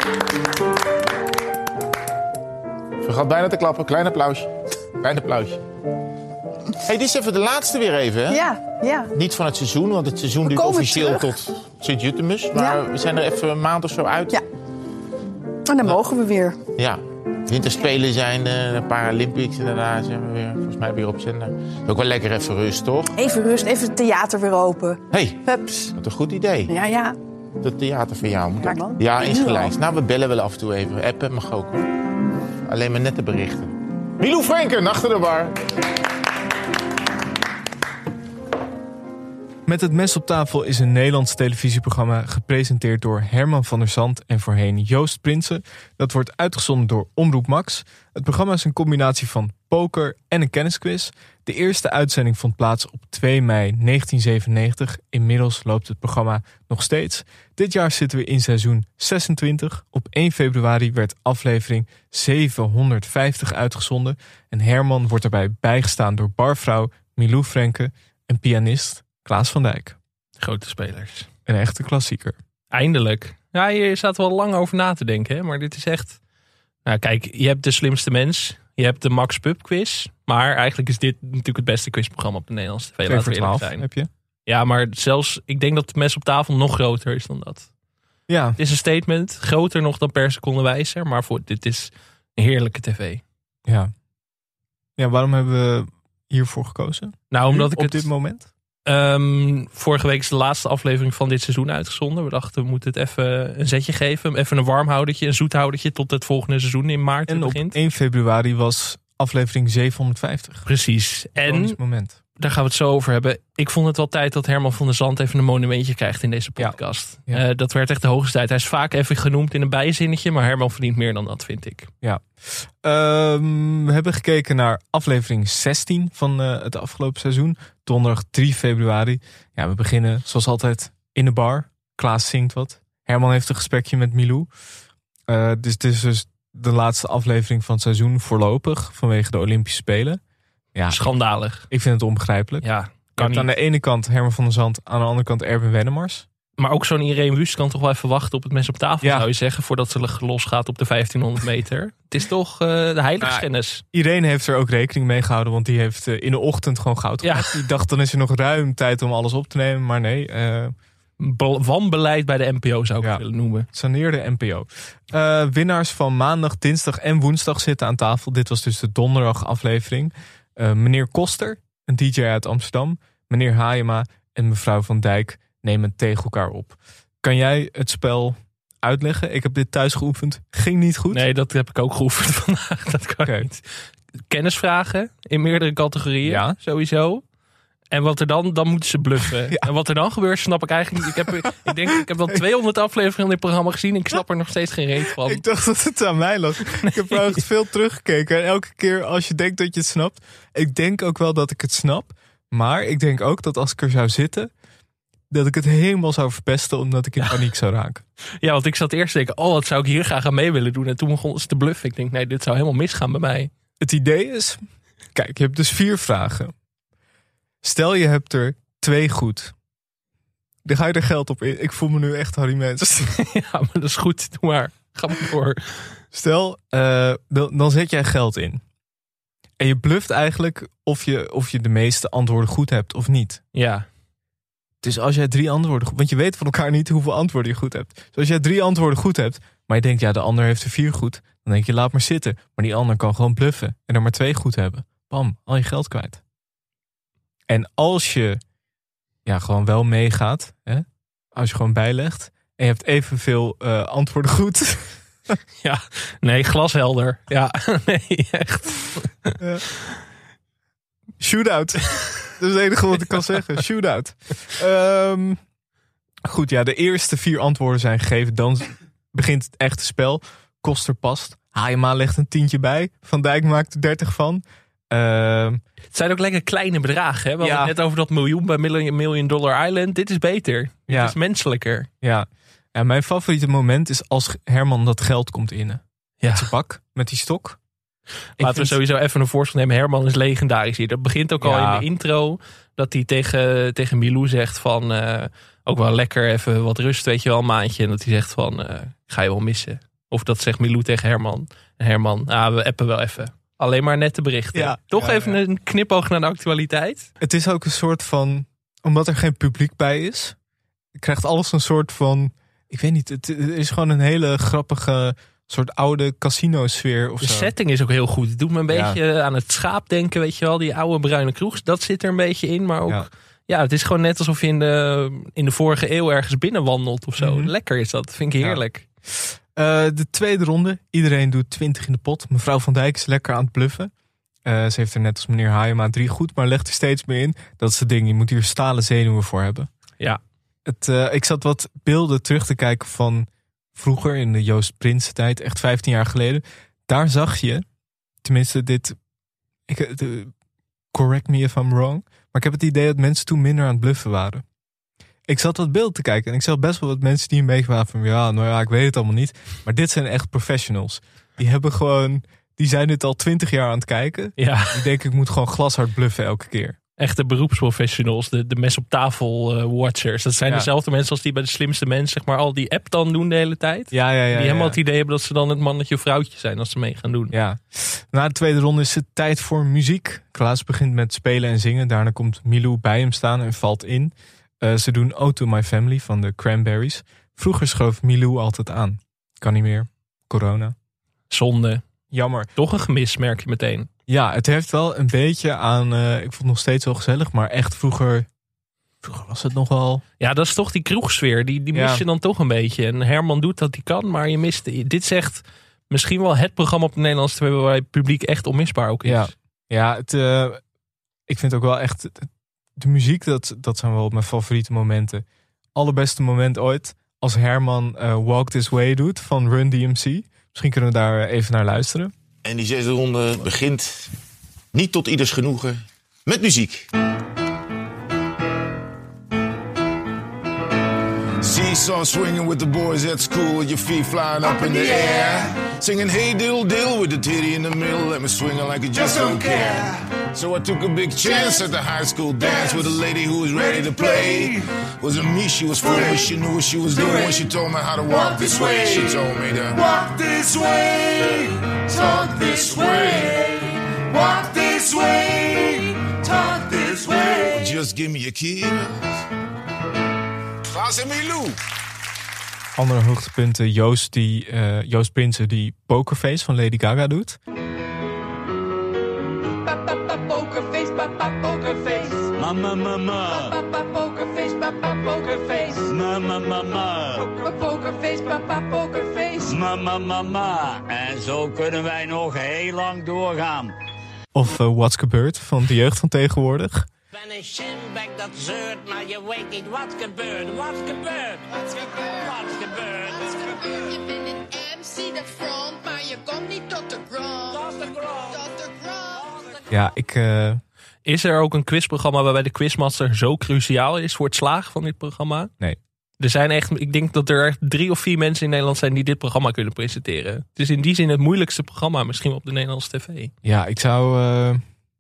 Vergat bijna te klappen. Klein applausje. Klein applausje. Hey, dit is even de laatste weer even, hè? Ja, ja. Niet van het seizoen, want het seizoen duurt officieel terug. tot Sint-Jutemus. Maar ja. we zijn er even een maand of zo uit. Ja. En dan mogen we weer. Ja. Winterspelen zijn, de Paralympics en daarna zijn we weer, volgens mij weer op zender. Ook wel lekker even rust, toch? Even rust, even het theater weer open. Hé, hey, Hups. wat een goed idee. Ja, ja. Dat theater van jou. Moet ja, man. Ja, insgelijks. Nou, we bellen wel af en toe even. Appen mag ook. Hoor. Alleen maar nette berichten. Milou Frenken, achter de bar. Met het mes op tafel is een Nederlands televisieprogramma gepresenteerd door Herman van der Zand en voorheen Joost Prinsen. Dat wordt uitgezonden door Omroep Max. Het programma is een combinatie van poker en een kennisquiz. De eerste uitzending vond plaats op twee mei negentien zevenennegentig. Inmiddels loopt het programma nog steeds. Dit jaar zitten we in seizoen zesentwintig. Op één februari werd aflevering zevenhonderdvijftig uitgezonden. En Herman wordt daarbij bijgestaan door barvrouw Milou Frenken en pianist Klaas van Dijk. Grote spelers. Een echte klassieker. Eindelijk. Ja, hier staat wel lang over na te denken. Hè? Maar dit is echt... Nou, kijk, je hebt De Slimste Mens. Je hebt de Max Pub quiz. Maar eigenlijk is dit natuurlijk het beste quizprogramma op de Nederlandse tv. twee voor twaalf heb je. Ja, maar zelfs... Ik denk dat het mes op tafel nog groter is dan dat. Ja. Het is een statement. Groter nog dan Per Seconde Wijzer. Maar voor dit is een heerlijke tv. Ja. Ja, waarom hebben we hiervoor gekozen? Nou, omdat Nu, ik op het... dit moment? Um, vorige week is de laatste aflevering van dit seizoen uitgezonden. We dachten, we moeten het even een zetje geven. Even een warmhoudertje, een zoethoudertje tot het volgende seizoen in maart En begint. op één februari was aflevering zevenhonderdvijftig. Precies. En moment. daar gaan we het zo over hebben. Ik vond het wel tijd dat Herman van der Zand even een monumentje krijgt in deze podcast. Ja. Ja. Uh, dat werd echt de hoogste tijd. Hij is vaak even genoemd in een bijzinnetje, maar Herman verdient meer dan dat, vind ik. Ja. Um, we hebben gekeken naar aflevering zestien van uh, het afgelopen seizoen. Donderdag drie februari. Ja, we beginnen zoals altijd in de bar. Klaas zingt wat. Herman heeft een gesprekje met Milou. Uh, dus dit is dus de laatste aflevering van het seizoen voorlopig vanwege de Olympische Spelen. Ja, schandalig. Ik vind het onbegrijpelijk. Ja, kan niet. Aan de ene kant Herman van der Zand, aan de andere kant Erwin Wennemars. Maar ook zo'n Irene Wust kan toch wel even wachten op het mes op tafel, ja. zou je zeggen, voordat ze losgaat op de vijftienhonderd meter. Het is toch uh, de heiligschennis. Nou, Irene heeft er ook rekening mee gehouden, want die heeft uh, in de ochtend gewoon goud gemaakt. Ja. Die dacht, dan is er nog ruim tijd om alles op te nemen, maar nee. Uh, Wanbeleid bij de N P O zou ik ja. het willen noemen. Saneerde N P O. Uh, winnaars van maandag, dinsdag en woensdag zitten aan tafel. Dit was dus de donderdag aflevering. Uh, meneer Koster, een D J uit Amsterdam. Meneer Hayema en mevrouw Van Dijk nemen tegen elkaar op. Kan jij het spel uitleggen? Ik heb dit thuis geoefend. Ging niet goed. Nee, dat heb ik ook geoefend vandaag. Dat kan okay. niet. Kennisvragen in meerdere categorieën. Ja. Sowieso. En wat er dan, dan moeten ze bluffen. Ja. En wat er dan gebeurt, snap ik eigenlijk niet. Ik, heb, ik denk, ik heb wel tweehonderd afleveringen in dit programma gezien. Ik snap er nog steeds geen reet van. Ik dacht dat het aan mij lag. Nee. Ik heb er echt veel teruggekeken. En elke keer als je denkt dat je het snapt. Ik denk ook wel dat ik het snap. Maar ik denk ook dat als ik er zou zitten, dat ik het helemaal zou verpesten, omdat ik in ja. paniek zou raken. Ja, want ik zat eerst te denken, oh, wat zou ik hier graag aan mee willen doen. En toen begon ze te bluffen. Ik denk, nee, dit zou helemaal misgaan bij mij. Het idee is, kijk, je hebt dus vier vragen. Stel je hebt er twee goed. Dan ga je er geld op in. Ik voel me nu echt Harry Mens. Ja, maar dat is goed. Doe maar. Ga maar door. Stel, uh, dan, dan zet jij geld in. En je bluft eigenlijk of je, of je de meeste antwoorden goed hebt of niet. Ja. Dus als jij drie antwoorden goed... Want je weet van elkaar niet hoeveel antwoorden je goed hebt. Dus als jij drie antwoorden goed hebt, maar je denkt, ja, de ander heeft er vier goed. Dan denk je, laat maar zitten. Maar die ander kan gewoon bluffen en er maar twee goed hebben. Bam, al je geld kwijt. En als je ja, gewoon wel meegaat, hè, als je gewoon bijlegt en je hebt evenveel uh, antwoorden goed. Ja, nee, glashelder. Ja, nee, echt. Uh, shootout. Dat is het enige wat ik kan zeggen. Shootout. Um, goed, ja, de eerste vier antwoorden zijn gegeven. Dan begint het echte spel. Koster past. Hayema legt een tientje bij. Van Dijk maakt er dertig van. Uh, het zijn ook lekker kleine bedragen. Hè? We ja. hadden het net over dat miljoen bij Million Dollar Island. Dit is beter. Dit ja. is menselijker. Ja. ja, mijn favoriete moment is als Herman dat geld komt innen. Ja. Met zijn bak, met die stok. Laten vind... we sowieso even een voorstel nemen. Herman is legendarisch hier. Dat begint ook al ja. in de intro. Dat hij tegen, tegen Milou zegt van... Uh, ook wel lekker even wat rust, weet je wel, een maandje. En dat hij zegt van, uh, ga je wel missen. Of dat zegt Milou tegen Herman. En Herman, ah, we appen wel even. Alleen maar nette berichten. Ja, Toch ja, even ja. een knipoog naar de actualiteit. Het is ook een soort van... Omdat er geen publiek bij is... krijgt alles een soort van... Ik weet niet, het is gewoon een hele grappige... soort oude casino-sfeer of de zo. setting is ook heel goed. Het doet me een ja. beetje aan het Schaap denken, weet je wel. Die oude bruine kroeg. Dat zit er een beetje in. Maar ook... Ja, ja het is gewoon net alsof je in de, in de vorige eeuw ergens binnenwandelt of zo. Mm-hmm. Lekker is dat. Dat vind ik heerlijk. Ja. Uh, de tweede ronde. Iedereen doet twintig in de pot. Mevrouw Van Dijk is lekker aan het bluffen. Uh, ze heeft er net als meneer Hayema drie goed, maar legt er steeds meer in. Dat is het ding. Je moet hier stalen zenuwen voor hebben. Ja. Het, uh, ik zat wat beelden terug te kijken van vroeger in de Joost Prins tijd. Echt vijftien jaar geleden. Daar zag je, tenminste dit... Ik, de, correct me if I'm wrong. Maar ik heb het idee dat mensen toen minder aan het bluffen waren. Ik zat wat beeld te kijken en ik zag best wel wat mensen die een beetje waren van... ja, nou ja, ik weet het allemaal niet. Maar dit zijn echt professionals. Die hebben gewoon... Die zijn dit al twintig jaar aan het kijken. Ja. Die denken, ik moet gewoon glashard bluffen elke keer. Echte beroepsprofessionals. De, de mes op tafel uh, watchers. Dat zijn ja. dezelfde mensen als die bij de slimste mens... zeg maar al die app dan doen de hele tijd. Ja, ja, ja. Die helemaal ja. het idee hebben dat ze dan het mannetje of vrouwtje zijn... als ze mee gaan doen. Ja. Na de tweede ronde is het tijd voor muziek. Klaas begint met spelen en zingen. Daarna komt Milou bij hem staan en valt in... Uh, ze doen Oh to My Family van de Cranberries. Vroeger schoof Milou altijd aan. Kan niet meer. Corona. Zonde. Jammer. Toch een gemis, merk je meteen. Ja, het heeft wel een beetje aan... Uh, ik vond het nog steeds wel gezellig, maar echt vroeger... Vroeger was het nog wel... Ja, dat is toch die kroegsfeer. Die, die mis Ja. je dan toch een beetje. En Herman doet dat hij kan, maar je mist... Dit is echt misschien wel het programma op de Nederlandse T V... waar het publiek echt onmisbaar ook is. Ja, ja het, uh, ik vind ook wel echt... De muziek, dat, dat zijn wel mijn favoriete momenten. Allerbeste moment ooit... als Herman uh, Walk This Way doet van Run D M C. Misschien kunnen we daar even naar luisteren. En die zesde ronde begint niet tot ieders genoegen met muziek. Seesaw swinging with the boys at school, your feet flying up in the air. Singing hey diddle diddle with the titty in the middle, let me swing it like I just don't care. So I took a big chance at the high school dance with a lady who was ready to play. Wasn't me she was fooling, she knew what she was doing when she told me how to walk this way. She told me to walk this way, talk this way, walk this way, talk this way. Just give me your keys. Andere hoogtepunten, Joost, die, uh, Joost Prinsen die Pokerface van Lady Gaga doet. Pokerface, papa, pokerface. Mama, mama. Papa, pokerface, papa, pokerface. Mama, mama. Pokerface, papa, pokerface. Mama, mama. En zo kunnen wij nog heel lang doorgaan. Of uh, What's Gebeurd van de jeugd van tegenwoordig. Ben een shinbag dat zeurt, maar je weet niet wat gebeurt. Wat gebeurt? Wat gebeurt? Wat gebeurt? Wat gebeurt? Je bent een M C de front, maar je komt niet tot de grond. Tot de grond. Tot de grond. Ja, ik... Uh... Is er ook een quizprogramma waarbij de quizmaster zo cruciaal is voor het slagen van dit programma? Nee. Er zijn echt, ik denk dat er echt drie of vier mensen in Nederland zijn die dit programma kunnen presenteren. Het is in die zin het moeilijkste programma misschien op de Nederlandse tv. Ja, ik zou... Uh...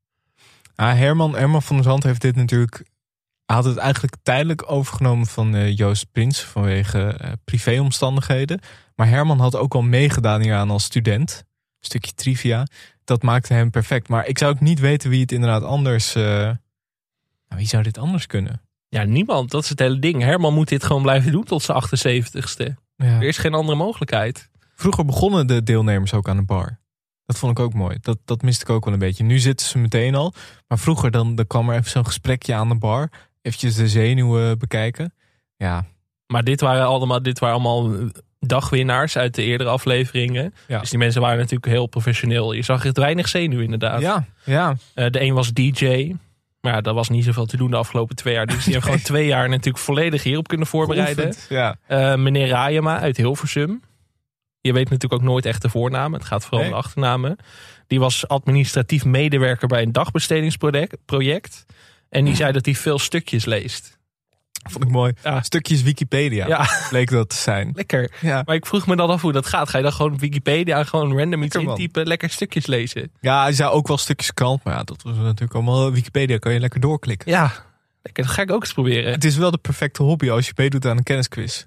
Ah, Herman, Herman van der Zand heeft dit natuurlijk... Hij had het eigenlijk tijdelijk overgenomen van uh, Joost Prins vanwege uh, privéomstandigheden. Maar Herman had ook al meegedaan hieraan als student. Een stukje trivia. Dat maakte hem perfect. Maar ik zou ook niet weten wie het inderdaad anders... Uh... Nou, wie zou dit anders kunnen? Ja, niemand. Dat is het hele ding. Herman moet dit gewoon blijven doen tot zijn achtenzeventigste. Ja. Er is geen andere mogelijkheid. Vroeger begonnen de deelnemers ook aan de bar. Dat vond ik ook mooi. Dat, dat miste ik ook wel een beetje. Nu zitten ze meteen al. Maar vroeger dan, dan kwam er even zo'n gesprekje aan de bar. Eventjes de zenuwen bekijken. Ja. Maar dit waren allemaal, dit waren allemaal dagwinnaars uit de eerdere afleveringen. Ja. Dus die mensen waren natuurlijk heel professioneel. Je zag echt weinig zenuw inderdaad. Ja, ja. Uh, de een was D J. Maar ja, dat was niet zoveel te doen de afgelopen twee jaar. Dus die hebben gewoon twee jaar natuurlijk volledig hierop kunnen voorbereiden. Ja. Uh, meneer Rajema uit Hilversum. Je weet natuurlijk ook nooit echt de voornamen. Het gaat vooral om nee. de achternamen. Die was administratief medewerker bij een dagbestedingsproject. En die zei dat hij veel stukjes leest. Vond ik mooi. Ja. Stukjes Wikipedia Ja. bleek dat te zijn. Lekker. Ja. Maar ik vroeg me dan af hoe dat gaat. Ga je dan gewoon op Wikipedia gewoon random iets Lekker, man. intypen? Lekker stukjes lezen? Ja, hij zei ook wel stukjes krant. Maar ja, dat was natuurlijk allemaal Wikipedia. Kan je lekker doorklikken. Ja, lekker. Dat ga ik ook eens proberen. Het is wel de perfecte hobby als je meedoet aan een kennisquiz.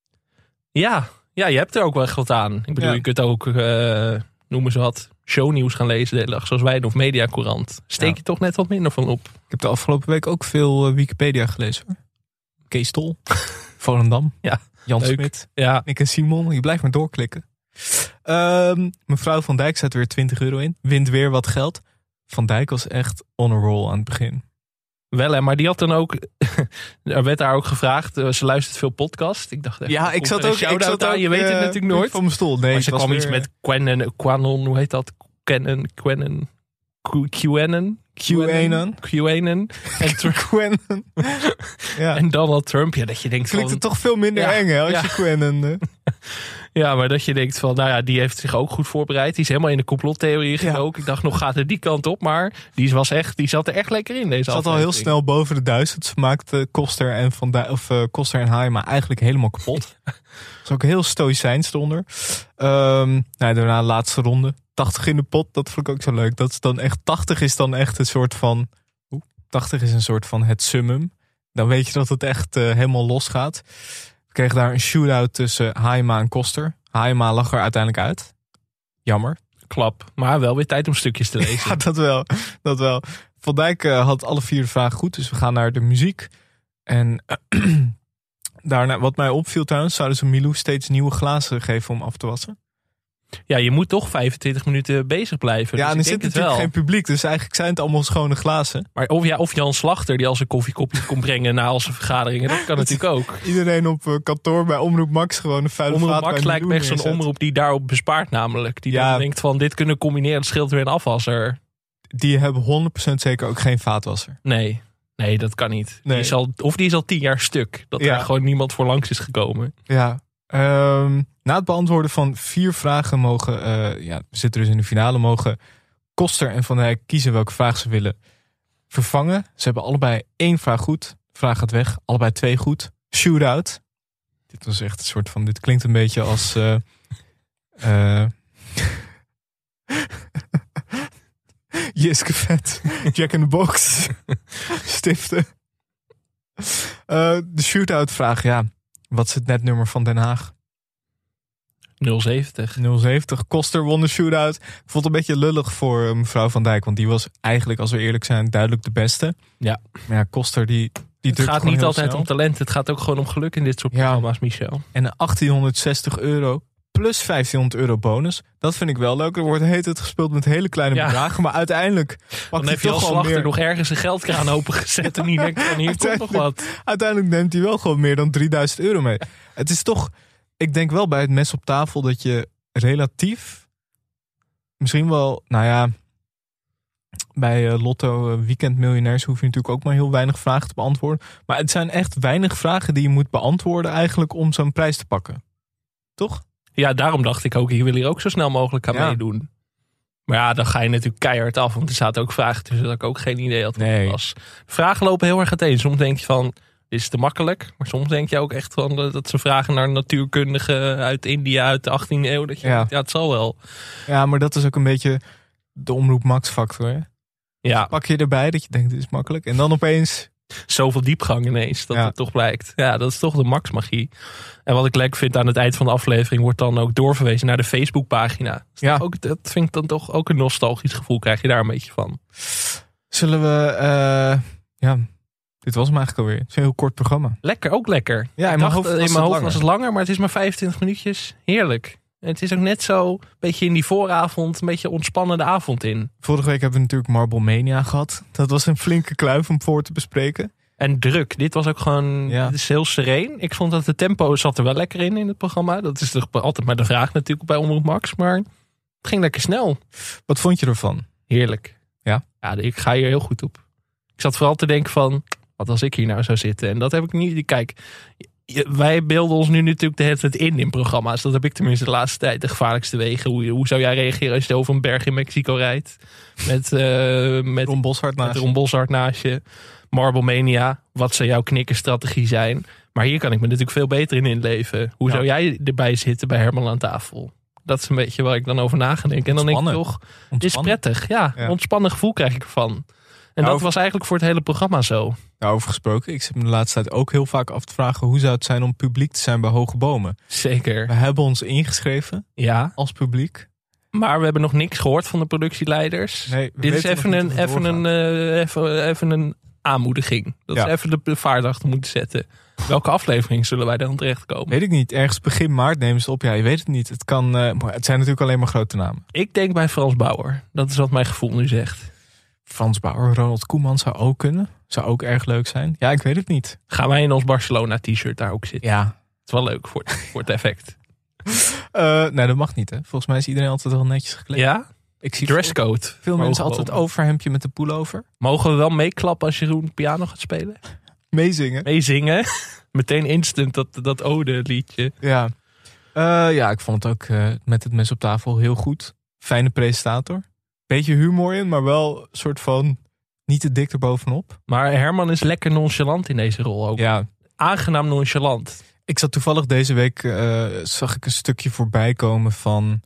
Ja, ja, je hebt er ook wel echt wat aan. Ik bedoel, Ja. je kunt ook, uh, noemen ze wat, shownieuws gaan lezen de hele dag. Zoals wij of Mediacourant. Steek Ja. je toch net wat minder van op. Ik heb de afgelopen week ook veel uh, Wikipedia gelezen. Hoor. Kees Tol, Volendam, Ja, Jan leuk. Smit, Ja, ik en Simon. Je blijft maar doorklikken. Um, mevrouw Van Dijk zet weer twintig euro in. Wint weer wat geld. Van Dijk was echt on a roll aan het begin. wel hè. Maar die had dan ook, er werd daar ook gevraagd, uh, ze luistert veel podcast. Ik dacht echt, Ja, ik komt zat er een ook. Ik shout-out zat aan? ook Je weet het uh, natuurlijk nooit. van mijn stoel. Nee, Maar ze het was kwam iets weer, met Quanon, Quanon, hoe heet dat? Quanon, Quanon, QAnon. QAnon. QAnon. En, Trump, Quennen. Ja. en Donald Trump. Ja, dat je denkt Klinkt van... het toch veel minder Ja, eng hè, als ja. je Quennen. Uh. Ja, maar dat je denkt van, nou ja, die heeft zich ook goed voorbereid. Die is helemaal in de complottheorie gedoken. Ik dacht, nog gaat het die kant op. Maar die, was echt, die zat er echt lekker in, deze Ze zat al heel snel boven de duizend. Ze maakte Koster en, Van Dijk, of, uh, Koster en Haima eigenlijk helemaal kapot. Dat is ook heel stoïcijns eronder. Um, nou, daarna de laatste ronde. tachtig in de pot, dat vond ik ook zo leuk. Dat is dan echt, tachtig is dan echt een soort van... Oeh, tachtig is een soort van het summum. Dan weet je dat het echt uh, helemaal los gaat. We kregen daar een shootout tussen Haima en Koster. Haima lag er uiteindelijk uit. Jammer. Klap. Maar wel weer tijd om stukjes te lezen. Ja, dat wel. Dat wel. Van Dijk uh, had alle vier de vragen goed. Dus we gaan naar de muziek. En uh, daarna, wat mij opviel trouwens, zouden ze Milou steeds nieuwe glazen geven om af te wassen. Ja, je moet toch vijfentwintig minuten bezig blijven. Ja, dus en ik er zit denk het natuurlijk wel. geen publiek. Dus eigenlijk zijn het allemaal schone glazen. Maar of, ja, of Jan Slachter die al zijn koffiekopjes kon brengen na al zijn vergaderingen. Dat kan natuurlijk ook. Iedereen op uh, kantoor bij Omroep Max gewoon een vuile Omroep vaat bij Max een lijkt me echt miljoen zo'n neerzet. omroep die daarop bespaart namelijk. Die Ja. dan denkt van dit kunnen we combineren, dat scheelt weer een afwasser. Die hebben honderd procent zeker ook geen vaatwasser. Nee, nee dat kan niet. Nee. Die is al, of die is al tien jaar stuk. Dat Ja. er gewoon niemand voor langs is gekomen. Ja. Um, na het beantwoorden van vier vragen mogen, uh, ja, we zitten dus in de finale, mogen Koster en Van Dijk kiezen welke vraag ze willen vervangen. Ze hebben allebei één vraag goed. Vraag gaat weg. Allebei twee goed. Shootout. Dit was echt een soort van, dit klinkt een beetje als... Uh, uh, Jiske Vet. Jack in the Box. Stiften. Uh, de shootout vraag, ja. Wat is het netnummer van Den Haag? nul zeventig. nul zeventig. Koster won de shootout. Ik vond het een beetje lullig voor uh, mevrouw Van Dijk. Want die was eigenlijk, als we eerlijk zijn, duidelijk de beste. Ja. Maar ja, Koster die, die Het gaat niet heel altijd snel. om talent. Het gaat ook gewoon om geluk in dit soort Ja. programma's, Michel. En achttienhonderdzestig euro plus vijftienhonderd euro bonus. Dat vind ik wel leuk. Er wordt heet het gespeeld met hele kleine Ja. bedragen. Maar uiteindelijk pakt Dan hij heb je als toch gewoon slachter meer. nog ergens een geldkraan opengezet. En die denkt van hier komt nog wat. Uiteindelijk neemt hij wel gewoon meer dan drieduizend euro mee. Het is toch, ik denk wel bij het mes op tafel dat je relatief, misschien wel, nou ja, bij uh, Lotto uh, Weekend Miljonairs hoef je natuurlijk ook maar heel weinig vragen te beantwoorden. Maar het zijn echt weinig vragen die je moet beantwoorden eigenlijk om zo'n prijs te pakken. Toch? Ja, daarom dacht ik ook, ik wil hier ook zo snel mogelijk aan Ja. meedoen. Maar ja, dan ga je natuurlijk keihard af. Want er zaten ook vragen tussen dat ik ook geen idee had wat het Nee. was. De vragen lopen heel erg uiteen. Soms denk je van, dit is te makkelijk. Maar soms denk je ook echt van, eh, dat ze vragen naar natuurkundigen uit India uit de achttiende eeuw. Dat je Ja. denkt, ja, het zal wel. Ja, maar dat is ook een beetje de Omroep Max factor. Hè? Ja, Pak je erbij dat je denkt, dit is makkelijk. En dan opeens, zoveel diepgang ineens, dat Ja. het toch blijkt. Ja, dat is toch de Max-magie. En wat ik lekker vind aan het eind van de aflevering, wordt dan ook doorverwezen naar de Facebookpagina. Dus Ja. ook, dat vind ik dan toch ook een nostalgisch gevoel, krijg je daar een beetje van. zullen we, uh, ja, dit was hem eigenlijk alweer. Het is een heel kort programma. Lekker, ook lekker. Ja, in Ik mijn dacht, hoofd was in het mijn hoofd langer. was het langer, maar het is maar vijfentwintig minuutjes. Heerlijk. En het is ook net zo, een beetje in die vooravond, een beetje ontspannende avond in. Vorige week hebben we natuurlijk Marble Mania gehad. Dat was een flinke kluif om voor te bespreken. En druk. Dit was ook gewoon, Ja. dit is heel sereen. Ik vond dat de tempo zat er wel lekker in, in het programma. Dat is toch altijd maar de vraag natuurlijk bij Omroep Max. Maar het ging lekker snel. Wat vond je ervan? Heerlijk. Ja? Ja, ik ga hier heel goed op. Ik zat vooral te denken van, wat als ik hier nou zou zitten? En dat heb ik niet. Kijk, wij beelden ons nu natuurlijk de hele tijd in in programma's. Dat heb ik tenminste de laatste tijd. De gevaarlijkste wegen. Hoe, hoe zou jij reageren als je over een berg in Mexico rijdt? Met, uh, met Ron Boshart met naast je. Ron Boshart naast je. Marble Mania. Wat zou jouw knikkerstrategie zijn? Maar hier kan ik me natuurlijk veel beter in inleven. Hoe Ja. zou jij erbij zitten bij Herman aan tafel? Dat is een beetje waar ik dan over na ga denken. En dan denk ik Ontspannen. toch, dit is Ontspannen. prettig. Ja, Ja. ontspannen gevoel krijg ik ervan. En dat over- was eigenlijk voor het hele programma zo. Daarover gesproken. Ik zit me de laatste tijd ook heel vaak af te vragen. Hoe zou het zijn om publiek te zijn bij Hoge Bomen? Zeker. We hebben ons ingeschreven Ja, als publiek. maar we hebben nog niks gehoord van de productieleiders. Nee, we Dit is weten nog even niet een, of het even, een, doorgaat. eh, even, even een aanmoediging. Dat Ja. is even de vaart achter moeten zetten. Welke aflevering zullen wij dan terechtkomen? Weet ik niet. Ergens begin maart nemen ze het op. Ja, je weet het niet. Het, kan, uh, maar het zijn natuurlijk alleen maar grote namen. Ik denk bij Frans Bauer. Dat is wat mijn gevoel nu zegt. Frans Bauer, Ronald Koeman zou ook kunnen. Zou ook erg leuk zijn. Ja, ik weet het niet. Gaan wij in ons Barcelona t-shirt daar ook zitten? Ja. Het is wel leuk voor, voor het effect. Uh, nee, dat mag niet hè. Volgens mij is iedereen altijd wel netjes gekleed. Ja? Ik zie Dresscode. veel, veel Maar mensen ook altijd gewoon. overhemdje met de pullover. Mogen we wel meeklappen als Jeroen piano gaat spelen? Meezingen. Meezingen. Meteen instant dat, dat ode liedje. Ja. Uh, ja, ik vond het ook uh, met het mes op tafel heel goed. Fijne presentator. Beetje humor in, maar wel een soort van niet te dik erbovenop. Maar Herman is lekker nonchalant in deze rol ook. Ja. Aangenaam nonchalant. Ik zat toevallig deze week, uh, zag ik een stukje voorbij komen van,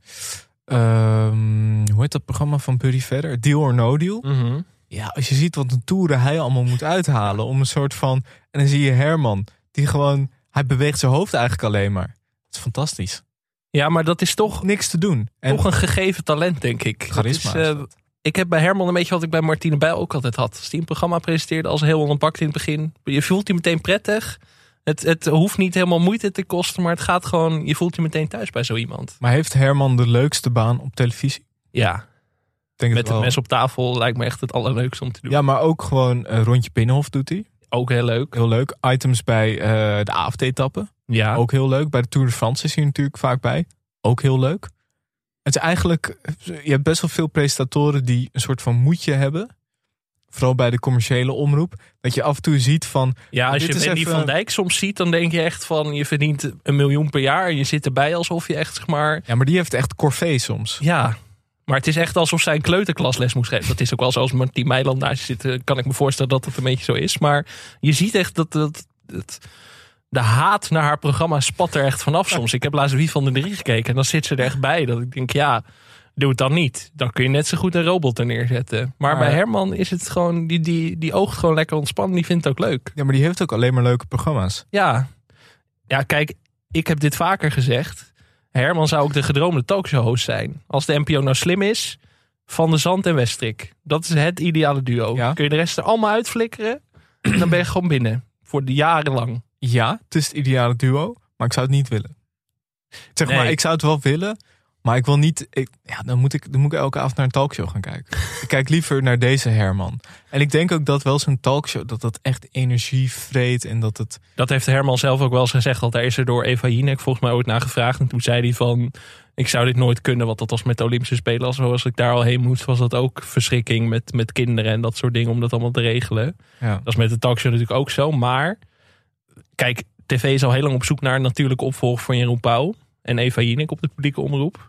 um, hoe heet dat programma van Buddy Verder? Deal or No Deal. Mm-hmm. Ja, als je ziet wat een toeren hij allemaal moet uithalen om een soort van, en dan zie je Herman, die gewoon, hij beweegt zijn hoofd eigenlijk alleen maar. Het is fantastisch. Ja, maar dat is toch, Niks te doen. En toch een gegeven talent, denk ik. charisma. Dat is, is uh, dat. ik heb bij Herman een beetje wat ik bij Martine Bijl ook altijd had. Als die een programma presenteerde als heel onpakt in het begin. Je voelt die meteen prettig. Het, het hoeft niet helemaal moeite te kosten, maar het gaat gewoon, je voelt je meteen thuis bij zo iemand. Maar heeft Herman de leukste baan op televisie? Ja, Denk met het het wel. mes op tafel lijkt me echt het allerleukste om te doen. Ja, maar ook gewoon een rondje Binnenhof doet hij. Ook heel leuk. Heel leuk. Items bij uh, de A F T-etappen. Ja. Ook heel leuk. Bij de Tour de France is hij natuurlijk vaak bij. Ook heel leuk. Het is eigenlijk, je hebt best wel veel presentatoren die een soort van moedje hebben. Vooral bij de commerciële omroep. Dat je af en toe ziet van... Ja, als dit je is Wendy even- van Dijk soms ziet, dan denk je echt van, je verdient een miljoen per jaar en je zit erbij alsof je echt, zeg maar... Ja, maar die heeft echt corvée soms. Ja, maar het is echt alsof zij een kleuterklasles moest geven. Dat is ook wel zoals Martien Meiland naast je zit. eh, Kan ik me voorstellen dat het een beetje zo is. Maar je ziet echt dat, dat, dat de haat naar haar programma spat er echt vanaf soms. Ik heb laatst Wie van de Drie gekeken en dan zit ze er echt bij. Dat ik denk, ja, doe het dan niet. Dan kun je net zo goed een robot er neerzetten. Maar, Maar- bij Herman is het gewoon, die, die, die oogt gewoon lekker ontspannen. Die vindt het ook leuk. Ja, maar die heeft ook alleen maar leuke programma's. Ja, ja, kijk, ik heb dit vaker gezegd. Herman zou ook de gedroomde talkshow-host zijn. Als de N P O nou slim is, Van de Zand en Westrik. Dat is het ideale duo. Ja. Kun je de rest er allemaal uitflikkeren, en dan ben je gewoon binnen. Voor de jarenlang. Ja, het is het ideale duo. Maar ik zou het niet willen. Zeg Nee. maar, ik zou het wel willen. Maar ik wil niet... Ik, ja, dan moet, ik, dan moet ik elke avond naar een talkshow gaan kijken. Ik kijk liever naar deze Herman. En ik denk ook dat wel zo'n talkshow... dat dat echt energie vreet. En dat het... Dat heeft Herman zelf ook wel eens gezegd. Want daar is er door Eva Jinek volgens mij ooit naar gevraagd. En toen zei hij van, ik zou dit nooit kunnen. Want dat was met de Olympische Spelen. Zoals ik daar al heen moest, was dat ook verschrikking met, met kinderen en dat soort dingen. Om dat allemaal te regelen. Ja. Dat is met de talkshow natuurlijk ook zo. Maar kijk, tv is al heel lang op zoek naar een natuurlijke opvolger van Jeroen Pauw. En Eva Jinek op de publieke omroep.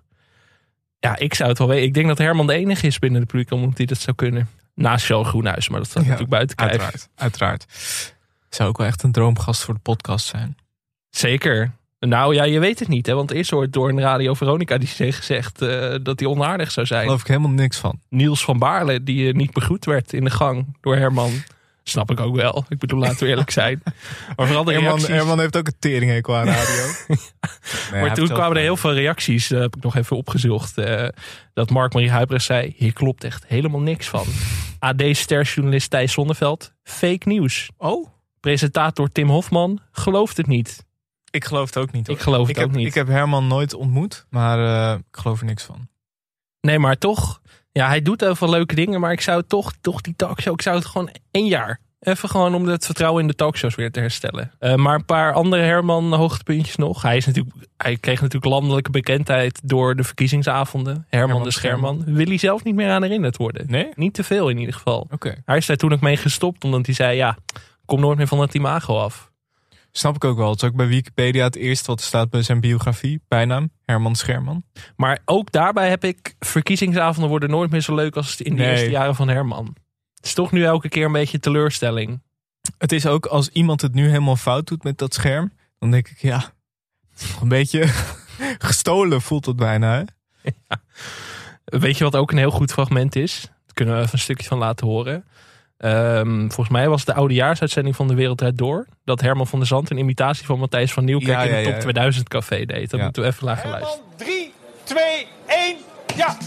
Ja, ik zou het wel weten. Ik denk dat Herman de enige is binnen de publieke omroep die dat zou kunnen. Naast Charles Groenhuis, maar dat staat Ja, natuurlijk buiten kijf. Uiteraard, uiteraard. Zou ook wel echt een droomgast voor de podcast zijn. Zeker. Nou ja, je weet het niet. Hè? Want eerst hoort door een Radio Veronica die heeft gezegd uh, dat hij onaardig zou Daar zijn. geloof ik helemaal niks van. Niels van Baarle, die uh, niet begroet werd in de gang door Herman. Snap ik ook wel. Ik bedoel, laten we eerlijk zijn. Maar vooral de Herman, reacties. Herman heeft ook een teringhekel aan radio. Nee, Maar toen kwamen er heel veel reacties, uh, heb ik nog even opgezocht. Uh, dat Mark-Marie Huibrechts zei, hier klopt echt helemaal niks van. A D-sterjournalist Thijs Zonneveld, fake nieuws. Oh? Presentator Tim Hofman gelooft het niet. Ik geloof het ook niet. Hoor. Ik geloof het ik ook heb, niet. Ik heb Herman nooit ontmoet, maar uh, ik geloof er niks van. Nee, maar toch, ja, hij doet heel veel leuke dingen. Maar ik zou toch, toch die talkshow, ik zou het gewoon één jaar... Even gewoon om het vertrouwen in de talkshows weer te herstellen. Uh, maar een paar andere Herman hoogtepuntjes nog. Hij, is natuurlijk, hij kreeg natuurlijk landelijke bekendheid door de verkiezingsavonden. Herman, Herman de Scherman. Wil hij zelf niet meer aan herinnerd worden. Nee? Niet te veel in ieder geval. Oké. Okay. Hij is daar toen ook mee gestopt. Omdat hij zei, ja, kom nooit meer van het imago af. Snap ik ook wel. Het is ook bij Wikipedia het eerste wat er staat bij zijn biografie. Bijnaam, Herman Scherman. Maar ook daarbij heb ik, verkiezingsavonden worden nooit meer zo leuk als in de nee. eerste jaren van Herman. Het is toch nu elke keer een beetje teleurstelling. Het is ook als iemand het nu helemaal fout doet met dat scherm. Dan denk ik, ja, het is toch een beetje gestolen voelt het bijna. Hè? Ja. Weet je wat ook een heel goed fragment is? Daar kunnen we even een stukje van laten horen. Um, volgens mij was het de oudejaarsuitzending van De Wereld Draait Door. Dat Herman van der Zand een imitatie van Matthijs van Nieuwkerk ja, ja, in de Top ja. tweeduizend café deed. Dat Ja. moeten we even laten luisteren. drie, twee, één, ja!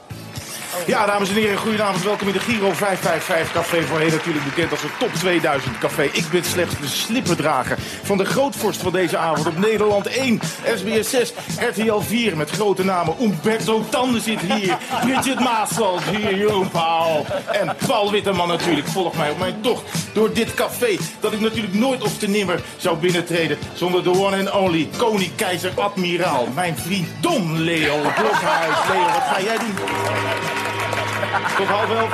Ja, dames en heren, goedenavond. Welkom in de Giro vijf vijf vijf Café. Voorheen natuurlijk bekend als het Top tweeduizend Café. Ik ben slechts de slippendrager van de grootvorst van deze avond op Nederland één. S B S zes, R T L vier met grote namen. Umberto Tande zit hier. Bridget Maasland hier, Jeroen Pauw. En Paul Witteman natuurlijk. Volg mij op mijn tocht door dit café. Dat ik natuurlijk nooit of te nimmer zou binnentreden zonder de one and only koning, keizer, admiraal. Mijn vriend Don Leo Blokhuis. Leo, wat ga jij doen? Tot half elf.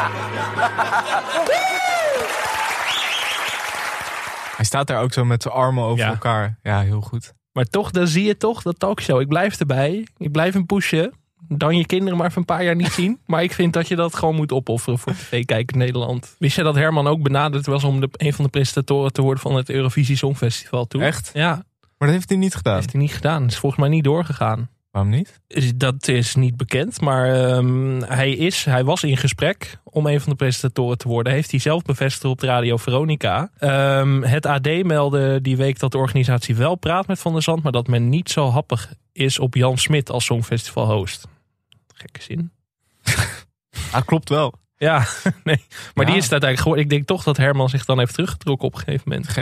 Hij staat daar ook zo met zijn armen over Ja. elkaar. Ja, heel goed. Maar toch, dan zie je toch dat talkshow. Ik blijf erbij. Ik blijf hem pushen. Dan je kinderen maar voor een paar jaar niet zien. Maar ik vind dat je dat gewoon moet opofferen voor tv-kijkers in Nederland. Wist je dat Herman ook benaderd was om de, een van de presentatoren te worden van het Eurovisie Songfestival toen? Echt? Ja, Maar dat heeft hij niet gedaan. heeft hij niet gedaan. Dat is volgens mij niet doorgegaan. Waarom niet? Dat is niet bekend, maar um, hij, is, hij was in gesprek om een van de presentatoren te worden. Heeft hij zelf bevestigd op de Radio Veronica. Um, het A D meldde die week dat de organisatie wel praat met Van der Zand, maar dat men niet zo happig is op Jan Smit als Songfestival host. Gekke zin. Ah, klopt wel. Ja, nee. Maar Ja. die is het uiteindelijk geworden. Ik denk toch dat Herman zich dan heeft teruggetrokken op een gegeven moment. Gek.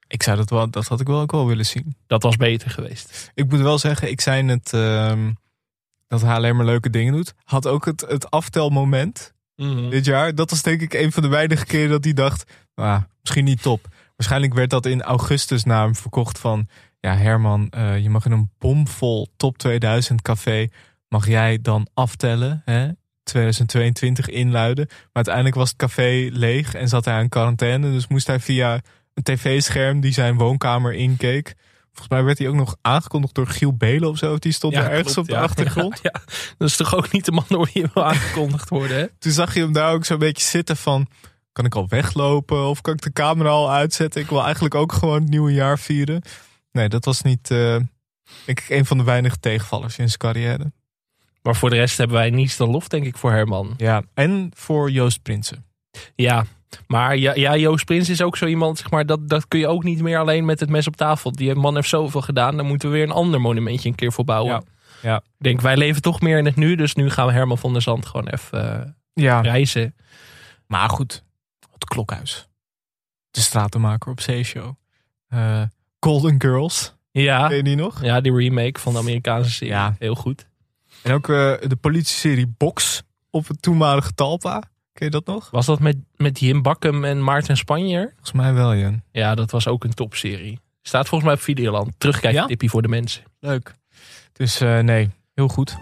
Ik zou dat wel, dat had ik wel ook wel willen zien. Dat was beter geweest. Ik moet wel zeggen, ik zei het um, dat hij alleen maar leuke dingen doet. Had ook het, het aftelmoment mm-hmm. dit jaar. Dat was denk ik een van de weinige keren dat hij dacht, ah, misschien niet top. Waarschijnlijk werd dat in augustus naar hem verkocht van, ja Herman, uh, je mag in een bomvol top tweeduizend café, mag jij dan aftellen, hè? tweeduizend tweeëntwintig inluiden. Maar uiteindelijk was het café leeg en zat hij aan quarantaine. Dus moest hij via een tv-scherm die zijn woonkamer inkeek. Volgens mij werd hij ook nog aangekondigd door Giel Belen of zo. Die stond ja, er ergens klopt, op de ja. achtergrond. Ja, ja. Dat is toch ook niet de man door wie je wil aangekondigd worden, hè? Toen zag je hem daar ook zo'n beetje zitten van, kan ik al weglopen? Of kan ik de camera al uitzetten? Ik wil eigenlijk ook gewoon het nieuwe jaar vieren. Nee, dat was niet, uh, denk ik, een van de weinige tegenvallers in zijn carrière. Maar voor de rest hebben wij niets dan lof, denk ik, voor Herman. Ja, en voor Joost Prinsen. Ja, maar ja, ja, Joost Prins is ook zo iemand, zeg maar, dat, dat kun je ook niet meer alleen met het mes op tafel. Die man heeft zoveel gedaan, dan moeten we weer een ander monumentje een keer voor bouwen. Ja. Ja. Ik denk, wij leven toch meer in het nu, dus nu gaan we Herman van der Zand gewoon even uh, ja. reizen. Maar goed, het Klokhuis. De stratenmaker op Zeeshow. Uh, Golden Girls. Ja. Ken je die nog? Ja, die remake van de Amerikaanse serie. Ja. Heel goed. En ook uh, de politie-serie Box op het toenmalige Talpa. Ken je dat nog? Was dat met, met Jim Bakkum en Maarten Spanjer? Volgens mij wel, Jan. Ja, dat was ook een topserie. Staat volgens mij op Videoland. Terugkijktippie ja? voor de mensen. Leuk. Dus uh, nee, heel goed.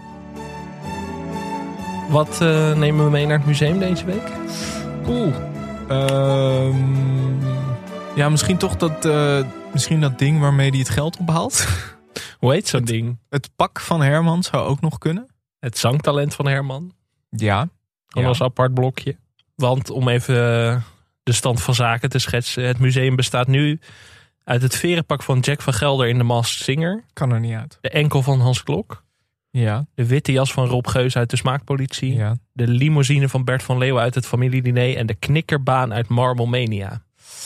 Wat uh, nemen we mee naar het museum deze week? Oeh. Um, ja, misschien toch dat, uh, misschien dat ding waarmee hij het geld ophaalt. Hoe heet zo'n het, ding? Het pak van Herman zou ook nog kunnen. Het zangtalent van Herman. Ja. Dat was een apart blokje. Want om even de stand van zaken te schetsen. Het museum bestaat nu uit het verenpak van Jack van Gelder in The Masked Singer. Kan er niet uit. De enkel van Hans Klok. Ja. De witte jas van Rob Geus uit de Smaakpolitie. Ja. De limousine van Bert van Leeuwen uit het familiediner. En de knikkerbaan uit Marble Mania.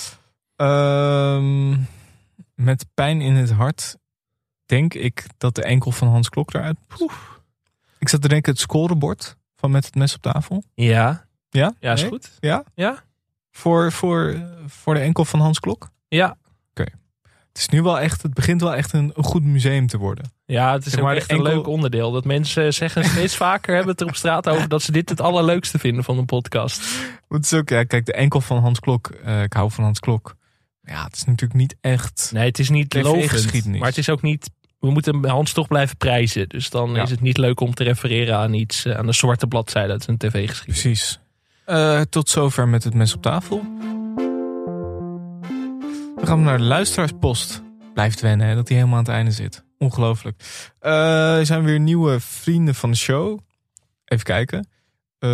Um, met pijn in het hart denk ik dat de enkel van Hans Klok eruit. Poef. Ik zat te denken het scorebord van Met het mes op tafel. Ja. Ja? Ja, is nee? goed. Ja? Ja. Voor, voor, voor de enkel van Hans Klok? Ja. Oké. Okay. Het is nu wel echt, het begint wel echt een, een goed museum te worden. Ja, het is zeg maar ook echt enkel... een leuk onderdeel. Dat mensen zeggen steeds vaker, hebben het er op straat over, dat ze dit het allerleukste vinden van een podcast. Het is ook, ja, kijk, de enkel van Hans Klok. Uh, ik hou van Hans Klok. Ja, het is natuurlijk niet echt. Nee, het is niet lovend, maar het is ook niet. We moeten Hans toch blijven prijzen. Dus dan ja. is het niet leuk om te refereren aan iets, aan de zwarte bladzijde uit zijn tv-geschiedenis. Precies. Uh, tot zover met het mes op tafel. Dan gaan we naar de luisteraarspost. Blijft wennen, hè, dat hij helemaal aan het einde zit. Ongelooflijk. Uh, er zijn weer nieuwe vrienden van de show. Even kijken. Uh,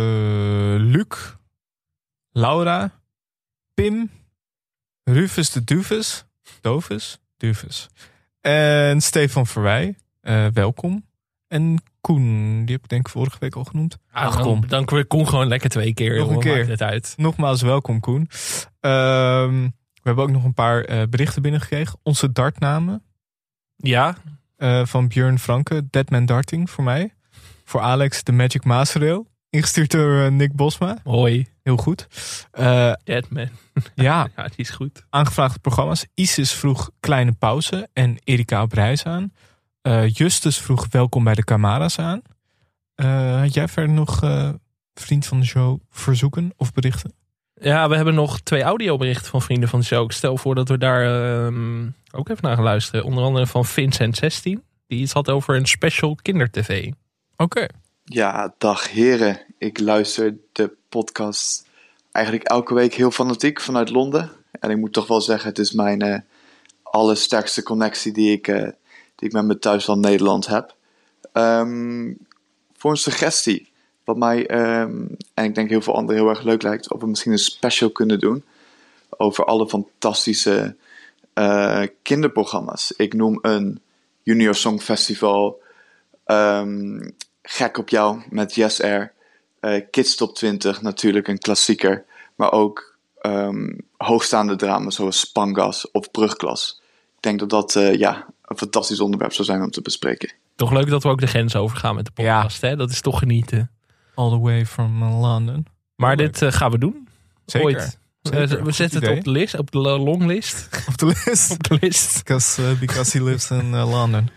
Luc. Laura. Pim. Rufus de Duvus. Dovus. Duvus. En Stefan Verwij. Uh, welkom. En Koen. Die heb ik denk ik vorige week al genoemd. Ah, Ach, dan, dan kun je Koen gewoon lekker twee keer. Nog een keer. Maakt het uit. Nogmaals welkom Koen. Uh, we hebben ook nog een paar uh, berichten binnengekregen. Onze dartnamen. Ja. Uh, van Björn Franke. Deadman Darting voor mij. Voor Alex de Magic Maasreel. Ingestuurd door uh, Nick Bosma. Hoi. Heel goed. Uh, Deadman. Ja. Ja, die is goed. Aangevraagde programma's. Isis vroeg Kleine Pauze en Erika op reis aan. Uh, Justus vroeg welkom bij de Camara's aan. Uh, had jij verder nog uh, vriend van de show verzoeken of berichten? Ja, we hebben nog twee audioberichten van vrienden van de show. Ik stel voor dat we daar uh, ook even naar gaan luisteren. Onder andere van Vincent zestien. Die iets had over een special kindertv. Oké. Okay. Ja, dag heren. Ik luister de podcast eigenlijk elke week heel fanatiek vanuit Londen. En ik moet toch wel zeggen, het is mijn uh, allersterkste connectie die ik, uh, die ik met mijn thuisland Nederland heb. Um, voor een suggestie, wat mij, um, en ik denk heel veel anderen heel erg leuk lijkt, of we misschien een special kunnen doen over alle fantastische uh, kinderprogramma's. Ik noem een Junior Song Festival, um, Gek op jou met Yes Air, uh, Kids Top twintig, natuurlijk een klassieker, maar ook um, hoogstaande drama's zoals Spangas of Brugklas. Ik denk dat dat uh, ja, een fantastisch onderwerp zou zijn om te bespreken. Toch leuk dat we ook de grens overgaan met de podcast, ja. Hè? Dat is toch genieten. All the way from London. Maar leuk. Dit uh, gaan we doen. Zeker. Ooit. Zeker, we zetten idee. het op de list, op de longlist. Op de list. Op de list. Because, uh, because he lives in uh, London.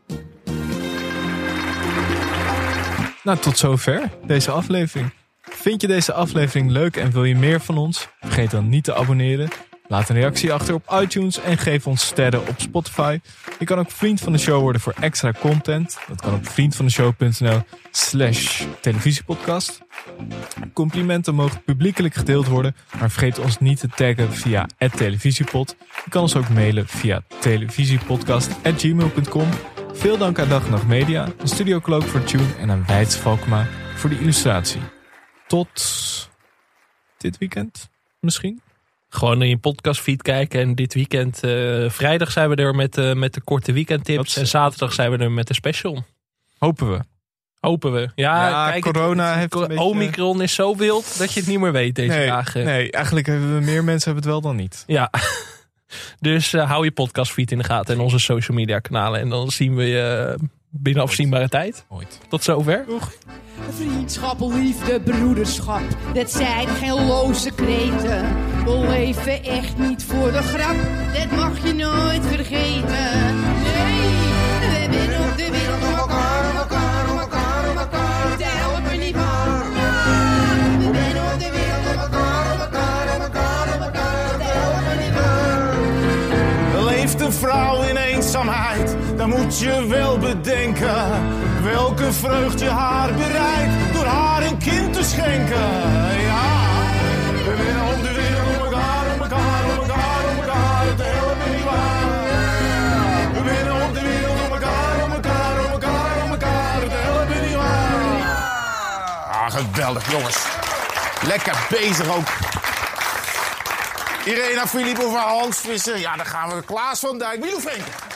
Nou, tot zover deze aflevering. Vind je deze aflevering leuk en wil je meer van ons? Vergeet dan niet te abonneren. Laat een reactie achter op iTunes en geef ons sterren op Spotify. Je kan ook vriend van de show worden voor extra content. Dat kan op vriendvandeshow.nl slash televisiepodcast. Complimenten mogen publiekelijk gedeeld worden, maar vergeet ons niet te taggen via het televisiepod. Je kan ons ook mailen via televisiepodcast at gmail punt com. Veel dank aan Dag en Nacht Media, aan Studio Cloak voor Tune en aan Wijts Valkma voor de illustratie. Tot dit weekend misschien. Gewoon in je podcastfeed kijken. En dit weekend, uh, vrijdag zijn we er met, uh, met de korte weekendtips. En zaterdag zijn we er met de special. Hopen we. Hopen we. Ja, Ja, kijk, corona het, heeft een beetje- Omicron is zo wild dat je het niet meer weet deze Nee, dagen. nee, eigenlijk hebben we meer mensen hebben het wel dan niet. Ja. Dus uh, hou je podcastfeed in de gaten en onze social media kanalen. En dan zien we je uh, binnen afzienbare tijd. Ooit. Tot zover. Vriendschap, liefde, broederschap, dat zijn geen loze kreten. We leven echt niet voor de grap, dat mag je nooit vergeten. Nee, we winnen op de wereld om elkaar, om elkaar, om elkaar, om elkaar. Te helpen niet waar. We winnen op de wereld om elkaar, om elkaar, om elkaar, om elkaar. Te helpen niet waar. Leeft een vrouw in eenzaamheid, dan moet je wel bedenken welke vreugd je haar bereikt door haar een kind te schenken. Ja, we winnen op de wereld om elkaar, om elkaar, om elkaar, om elkaar. Het helpt me niet waar. We winnen op de wereld om elkaar, om elkaar, om elkaar, om elkaar. Het helpt me niet waar. Ah, geweldig jongens. Lekker bezig ook. Irena Filipova, Hans Visser. Ja, dan gaan we Klaas van Dijk, Milo Veenken.